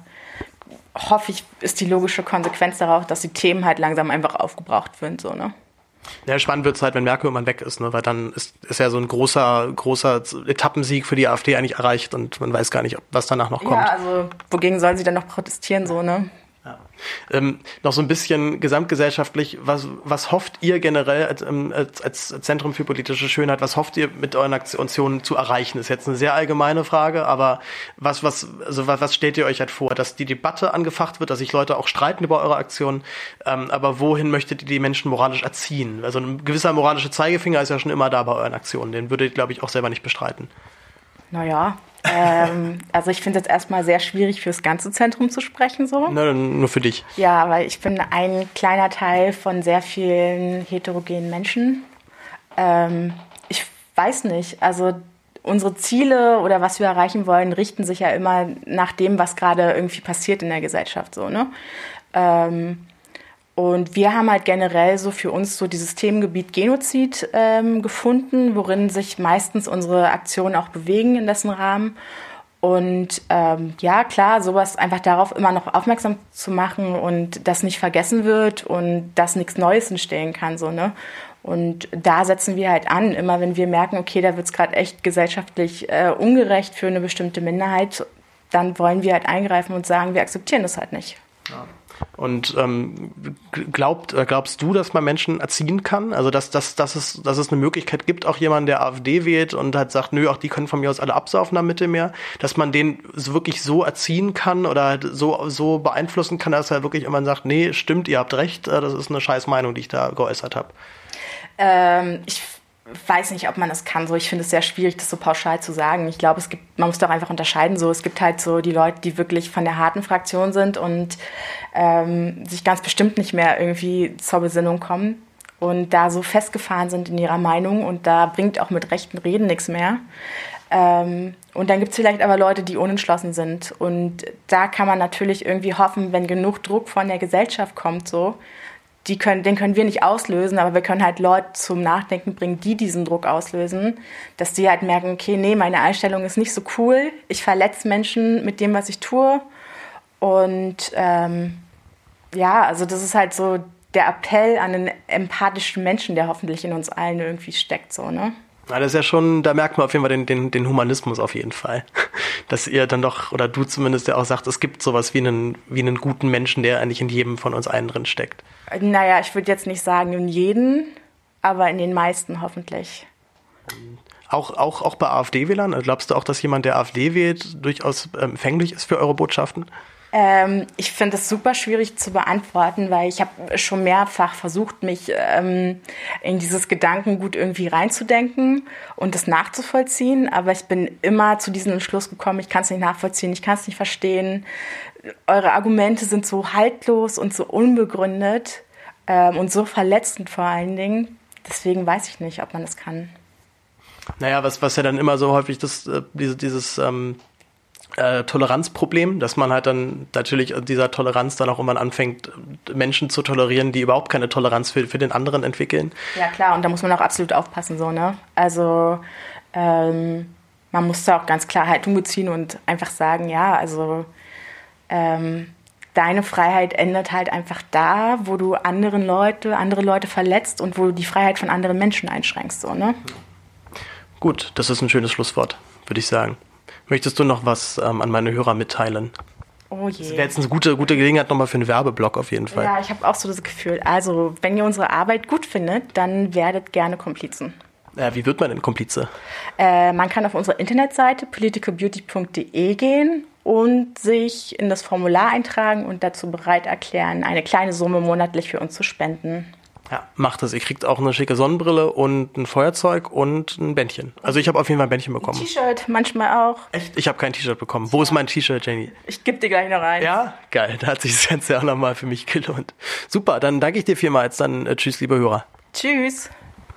hoffe ich, ist die logische Konsequenz darauf, dass die Themen halt langsam einfach aufgebraucht sind, so, ne? Ja, spannend wird es halt, wenn Merkel irgendwann weg ist, ne? Weil dann ist, ist ja so ein großer, großer Etappensieg für die AfD eigentlich erreicht und man weiß gar nicht, was danach noch kommt. Ja, also wogegen sollen sie dann noch protestieren, so, ne? Ja. Ähm, noch so ein bisschen gesamtgesellschaftlich, was, was hofft ihr generell als, als, als Zentrum für politische Schönheit, was hofft ihr mit euren Aktionen zu erreichen? Das ist jetzt eine sehr allgemeine Frage, aber was, was, also was, was stellt ihr euch halt vor? Dass die Debatte angefacht wird, dass sich Leute auch streiten über eure Aktionen, ähm, aber wohin möchtet ihr die Menschen moralisch erziehen? Also ein gewisser moralischer Zeigefinger ist ja schon immer da bei euren Aktionen, den würdet ihr, glaube ich, auch selber nicht bestreiten. Naja, ähm, also ich finde es jetzt erstmal sehr schwierig, für das ganze Zentrum zu sprechen, so. Na, nur für dich. Ja, weil ich bin ein kleiner Teil von sehr vielen heterogenen Menschen. Ähm, ich weiß nicht, also unsere Ziele oder was wir erreichen wollen, richten sich ja immer nach dem, was gerade irgendwie passiert in der Gesellschaft, so, ne? Ähm, Und wir haben halt generell so für uns so dieses Themengebiet Genozid ähm, gefunden, worin sich meistens unsere Aktionen auch bewegen in dessen Rahmen. Und ähm, ja, klar, sowas einfach darauf immer noch aufmerksam zu machen und dass nicht vergessen wird und dass nichts Neues entstehen kann, so, ne? Und da setzen wir halt an, immer wenn wir merken, okay, da wird es gerade echt gesellschaftlich äh, ungerecht für eine bestimmte Minderheit, dann wollen wir halt eingreifen und sagen, wir akzeptieren das halt nicht. Ja. Und ähm, glaubt, glaubst du, dass man Menschen erziehen kann? Also dass, dass, dass, es, dass es eine Möglichkeit gibt, auch jemanden, der AfD wählt und halt sagt, nö, auch die können von mir aus alle absaufen am Mittelmeer, dass man den wirklich so erziehen kann oder halt so, so beeinflussen kann, dass er wirklich immer sagt, nee, stimmt, ihr habt recht, das ist eine scheiß Meinung, die ich da geäußert habe. Ähm, ich weiß nicht, ob man das kann. So, ich finde es sehr schwierig, das so pauschal zu sagen. Ich glaube, es gibt, man muss doch einfach unterscheiden. So, es gibt halt so die Leute, die wirklich von der harten Fraktion sind und ähm, sich ganz bestimmt nicht mehr irgendwie zur Besinnung kommen und da so festgefahren sind in ihrer Meinung und da bringt auch mit rechten Reden nichts mehr. Ähm, und dann gibt es vielleicht aber Leute, die unentschlossen sind und da kann man natürlich irgendwie hoffen, wenn genug Druck von der Gesellschaft kommt, so, Die können, den können wir nicht auslösen, aber wir können halt Leute zum Nachdenken bringen, die diesen Druck auslösen, dass die halt merken, okay, nee, meine Einstellung ist nicht so cool, ich verletze Menschen mit dem, was ich tue. Und ähm, ja, also das ist halt so der Appell an einen empathischen Menschen, der hoffentlich in uns allen irgendwie steckt, so, ne? Ja, das ist ja schon, da merkt man auf jeden Fall den, den, den Humanismus auf jeden Fall. Dass ihr dann doch, oder du zumindest, der auch sagt, es gibt sowas wie einen, wie einen guten Menschen, der eigentlich in jedem von uns allen drin steckt. Naja, ich würde jetzt nicht sagen in jeden, aber in den meisten hoffentlich. Auch, auch, auch bei AfD-Wählern? Glaubst du auch, dass jemand, der AfD wählt, durchaus empfänglich ist für eure Botschaften? Ähm, ich finde es super schwierig zu beantworten, weil ich habe schon mehrfach versucht, mich ähm, in dieses Gedankengut irgendwie reinzudenken und das nachzuvollziehen. Aber ich bin immer zu diesem Entschluss gekommen, ich kann es nicht nachvollziehen, ich kann es nicht verstehen. Eure Argumente sind so haltlos und so unbegründet ähm, und so verletzend vor allen Dingen. Deswegen weiß ich nicht, ob man das kann. Naja, was, was ja dann immer so häufig das, äh, diese, dieses ähm Äh, Toleranzproblem, dass man halt dann natürlich dieser Toleranz dann auch irgendwann anfängt, Menschen zu tolerieren, die überhaupt keine Toleranz für, für den anderen entwickeln. Ja klar, und da muss man auch absolut aufpassen, so, ne? Also ähm, man muss da auch ganz klar Haltung beziehen und einfach sagen, ja, also ähm, deine Freiheit endet halt einfach da, wo du anderen Leute, andere Leute verletzt und wo du die Freiheit von anderen Menschen einschränkst, so, ne? Gut, das ist ein schönes Schlusswort, würde ich sagen. Möchtest du noch was ähm, an meine Hörer mitteilen? Oh je. Das wäre jetzt eine gute, gute Gelegenheit nochmal für einen Werbeblock auf jeden Fall. Ja, ich habe auch so das Gefühl. Also, wenn ihr unsere Arbeit gut findet, dann werdet gerne Komplizen. Äh, wie wird man denn Komplize? Äh, man kann auf unsere Internetseite politicalbeauty punkt de gehen und sich in das Formular eintragen und dazu bereit erklären, eine kleine Summe monatlich für uns zu spenden. Ja, macht es. Ihr kriegt auch eine schicke Sonnenbrille und ein Feuerzeug und ein Bändchen. Also ich habe auf jeden Fall ein Bändchen bekommen. Ein T-Shirt, manchmal auch. Echt? Ich habe kein T-Shirt bekommen. Wo ist mein T-Shirt, Jenny? Ich gebe dir gleich noch eins. Ja? Geil. Da hat sich das Ganze auch nochmal für mich gelohnt. Super, dann danke ich dir vielmals. Dann äh, tschüss, liebe Hörer. Tschüss.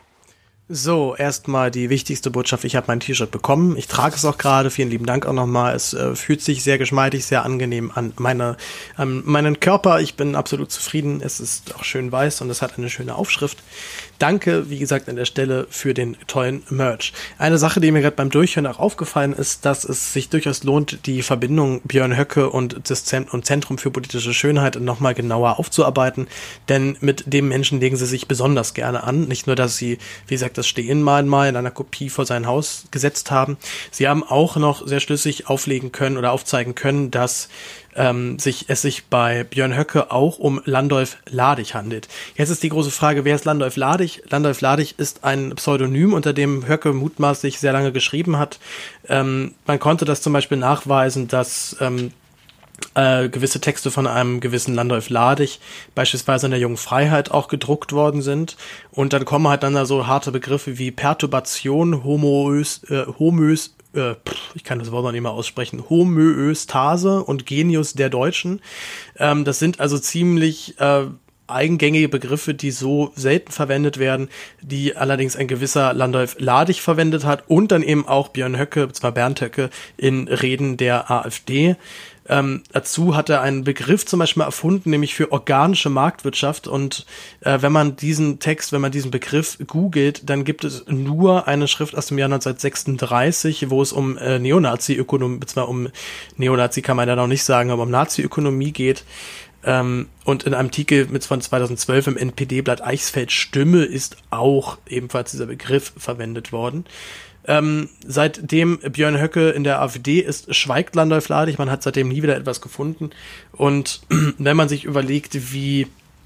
So, erstmal die wichtigste Botschaft. Ich habe mein T-Shirt bekommen. Ich trage es auch gerade. Vielen lieben Dank auch nochmal. Es äh, fühlt sich sehr geschmeidig, sehr angenehm an meine, an meinen Körper. Ich bin absolut zufrieden. Es ist auch schön weiß und es hat eine schöne Aufschrift. Danke, wie gesagt, an der Stelle für den tollen Merch. Eine Sache, die mir gerade beim Durchhören auch aufgefallen ist, dass es sich durchaus lohnt, die Verbindung Björn Höcke und das Zentrum für politische Schönheit nochmal genauer aufzuarbeiten. Denn mit dem Menschen legen sie sich besonders gerne an. Nicht nur, dass sie, wie gesagt, das Stehenmal mal in einer Kopie vor sein Haus gesetzt haben. Sie haben auch noch sehr schlüssig auflegen können oder aufzeigen können, dass ähm, sich, es sich bei Björn Höcke auch um Landolf Ladig handelt. Jetzt ist die große Frage, wer ist Landolf Ladig? Landolf Ladig ist ein Pseudonym, unter dem Höcke mutmaßlich sehr lange geschrieben hat. Ähm, man konnte das zum Beispiel nachweisen, dass ähm, Äh, gewisse Texte von einem gewissen Landolf Ladig beispielsweise in der Jungen Freiheit auch gedruckt worden sind und dann kommen halt dann da so harte Begriffe wie Perturbation, Homoös, äh, Homös, äh, pff, ich kann das Wort noch nicht mal aussprechen, Homöostase und Genius der Deutschen. Ähm, das sind also ziemlich äh, eigengängige Begriffe, die so selten verwendet werden, die allerdings ein gewisser Landolf Ladig verwendet hat und dann eben auch Björn Höcke, zwar Bernd Höcke, in Reden der AfD. Ähm, dazu hat er einen Begriff zum Beispiel erfunden, nämlich für organische Marktwirtschaft. Und äh, wenn man diesen Text, wenn man diesen Begriff googelt, dann gibt es nur eine Schrift aus dem Jahr neunzehnhundertsechsunddreißig, wo es um äh, Neonazi-Ökonomie, zwar um Neonazi kann man ja noch nicht sagen, aber um Nazi-Ökonomie geht. Ähm, und in einem Artikel mit von zweitausendzwölf im N P D-Blatt Eichsfeld Stimme ist auch ebenfalls dieser Begriff verwendet worden. Ähm, seitdem Björn Höcke in der AfD ist, schweigt Landolf Lahdig. Man hat seitdem nie wieder etwas gefunden. Und wenn man sich überlegt, wie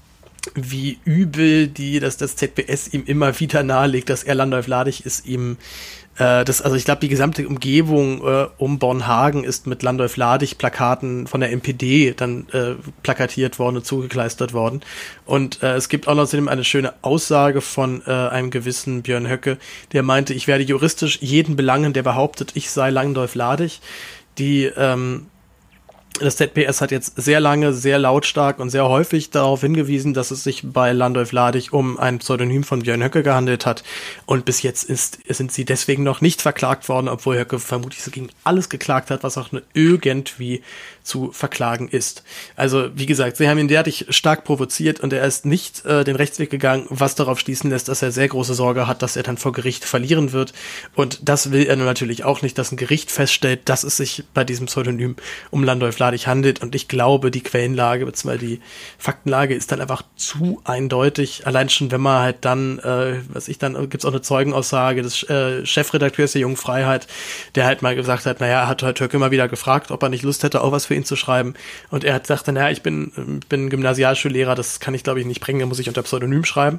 wie übel die, dass das Z B S ihm immer wieder nahelegt, dass er Landolf Lahdig ist, ihm äh, das, also ich glaube, die gesamte Umgebung äh, um Bornhagen ist mit Landolf Lahdig Plakaten von der N P D dann äh, plakatiert worden und zugekleistert worden. Und äh, es gibt auch außerdem eine schöne Aussage von äh, einem gewissen Björn Höcke, der meinte, ich werde juristisch jeden belangen, der behauptet, ich sei Landolf Lahdig. Die ähm, Das Z B S hat jetzt sehr lange, sehr lautstark und sehr häufig darauf hingewiesen, dass es sich bei Landolf Lahdig um ein Pseudonym von Björn Höcke gehandelt hat. Und bis jetzt ist, sind sie deswegen noch nicht verklagt worden, obwohl Höcke vermutlich so gegen alles geklagt hat, was auch nur irgendwie zu verklagen ist. Also, wie gesagt, sie haben ihn derartig stark provoziert und er ist nicht äh, den Rechtsweg gegangen, was darauf schließen lässt, dass er sehr große Sorge hat, dass er dann vor Gericht verlieren wird. Und das will er natürlich auch nicht, dass ein Gericht feststellt, dass es sich bei diesem Pseudonym um Landolf Lahdig handelt. Und ich glaube, die Quellenlage bzw. die Faktenlage ist dann einfach zu eindeutig. Allein schon, wenn man halt dann, äh, was ich dann, gibt's auch eine Zeugenaussage des äh, Chefredakteurs der Jungen Freiheit, der halt mal gesagt hat, naja, er hat halt Höcke immer wieder gefragt, ob er nicht Lust hätte, auch was für ihn zu schreiben. Und er hat gesagt, naja, ich bin, bin Gymnasialschullehrer, das kann ich glaube ich nicht bringen, da muss ich unter Pseudonym schreiben.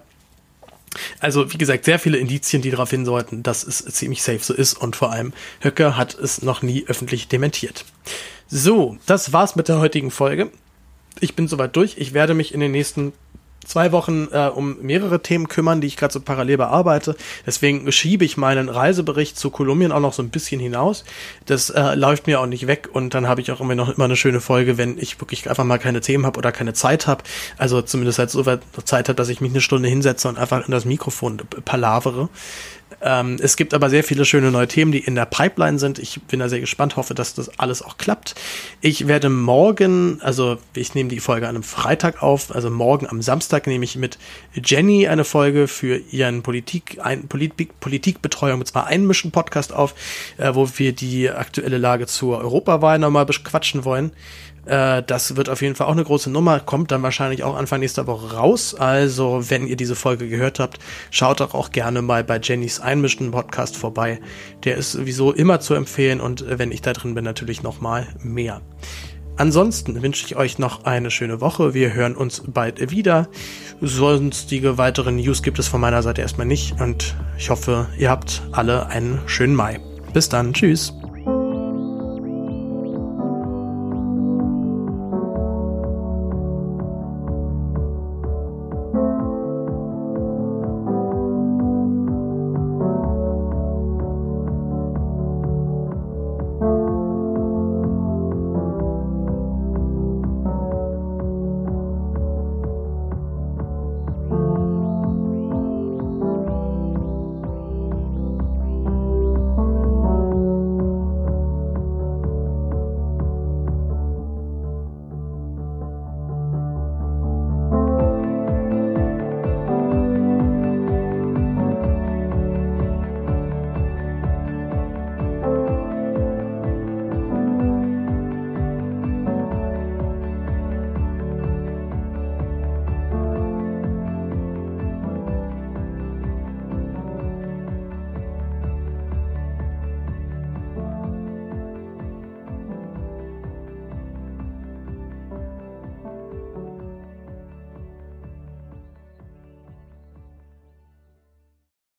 Also, wie gesagt, sehr viele Indizien, die darauf hindeuten, dass es ziemlich safe so ist und vor allem Höcke hat es noch nie öffentlich dementiert. So, das war's mit der heutigen Folge. Ich bin soweit durch. Ich werde mich in den nächsten zwei Wochen äh, um mehrere Themen kümmern, die ich gerade so parallel bearbeite. Deswegen schiebe ich meinen Reisebericht zu Kolumbien auch noch so ein bisschen hinaus. Das äh, läuft mir auch nicht weg und dann habe ich auch immer noch immer eine schöne Folge, wenn ich wirklich einfach mal keine Themen habe oder keine Zeit habe. Also zumindest halt so weit Zeit habe, dass ich mich eine Stunde hinsetze und einfach in das Mikrofon palavere. Ähm, es gibt aber sehr viele schöne neue Themen, die in der Pipeline sind. Ich bin da sehr gespannt, hoffe, dass das alles auch klappt. Ich werde morgen, also ich nehme die Folge an einem Freitag auf, also morgen am Samstag nehme ich mit Jenny eine Folge für ihren Politik, ein, Politik, Politikbetreuung, und zwar Einmischen Podcast auf, äh, wo wir die aktuelle Lage zur Europawahl nochmal bequatschen wollen. Das wird auf jeden Fall auch eine große Nummer, kommt dann wahrscheinlich auch Anfang nächster Woche raus. Also, wenn ihr diese Folge gehört habt, schaut doch auch gerne mal bei Jennys Einmischen Podcast vorbei. Der ist sowieso immer zu empfehlen und wenn ich da drin bin, natürlich noch mal mehr. Ansonsten wünsche ich euch noch eine schöne Woche. Wir hören uns bald wieder. Sonstige weitere News gibt es von meiner Seite erstmal nicht und ich hoffe, ihr habt alle einen schönen Mai. Bis dann, tschüss.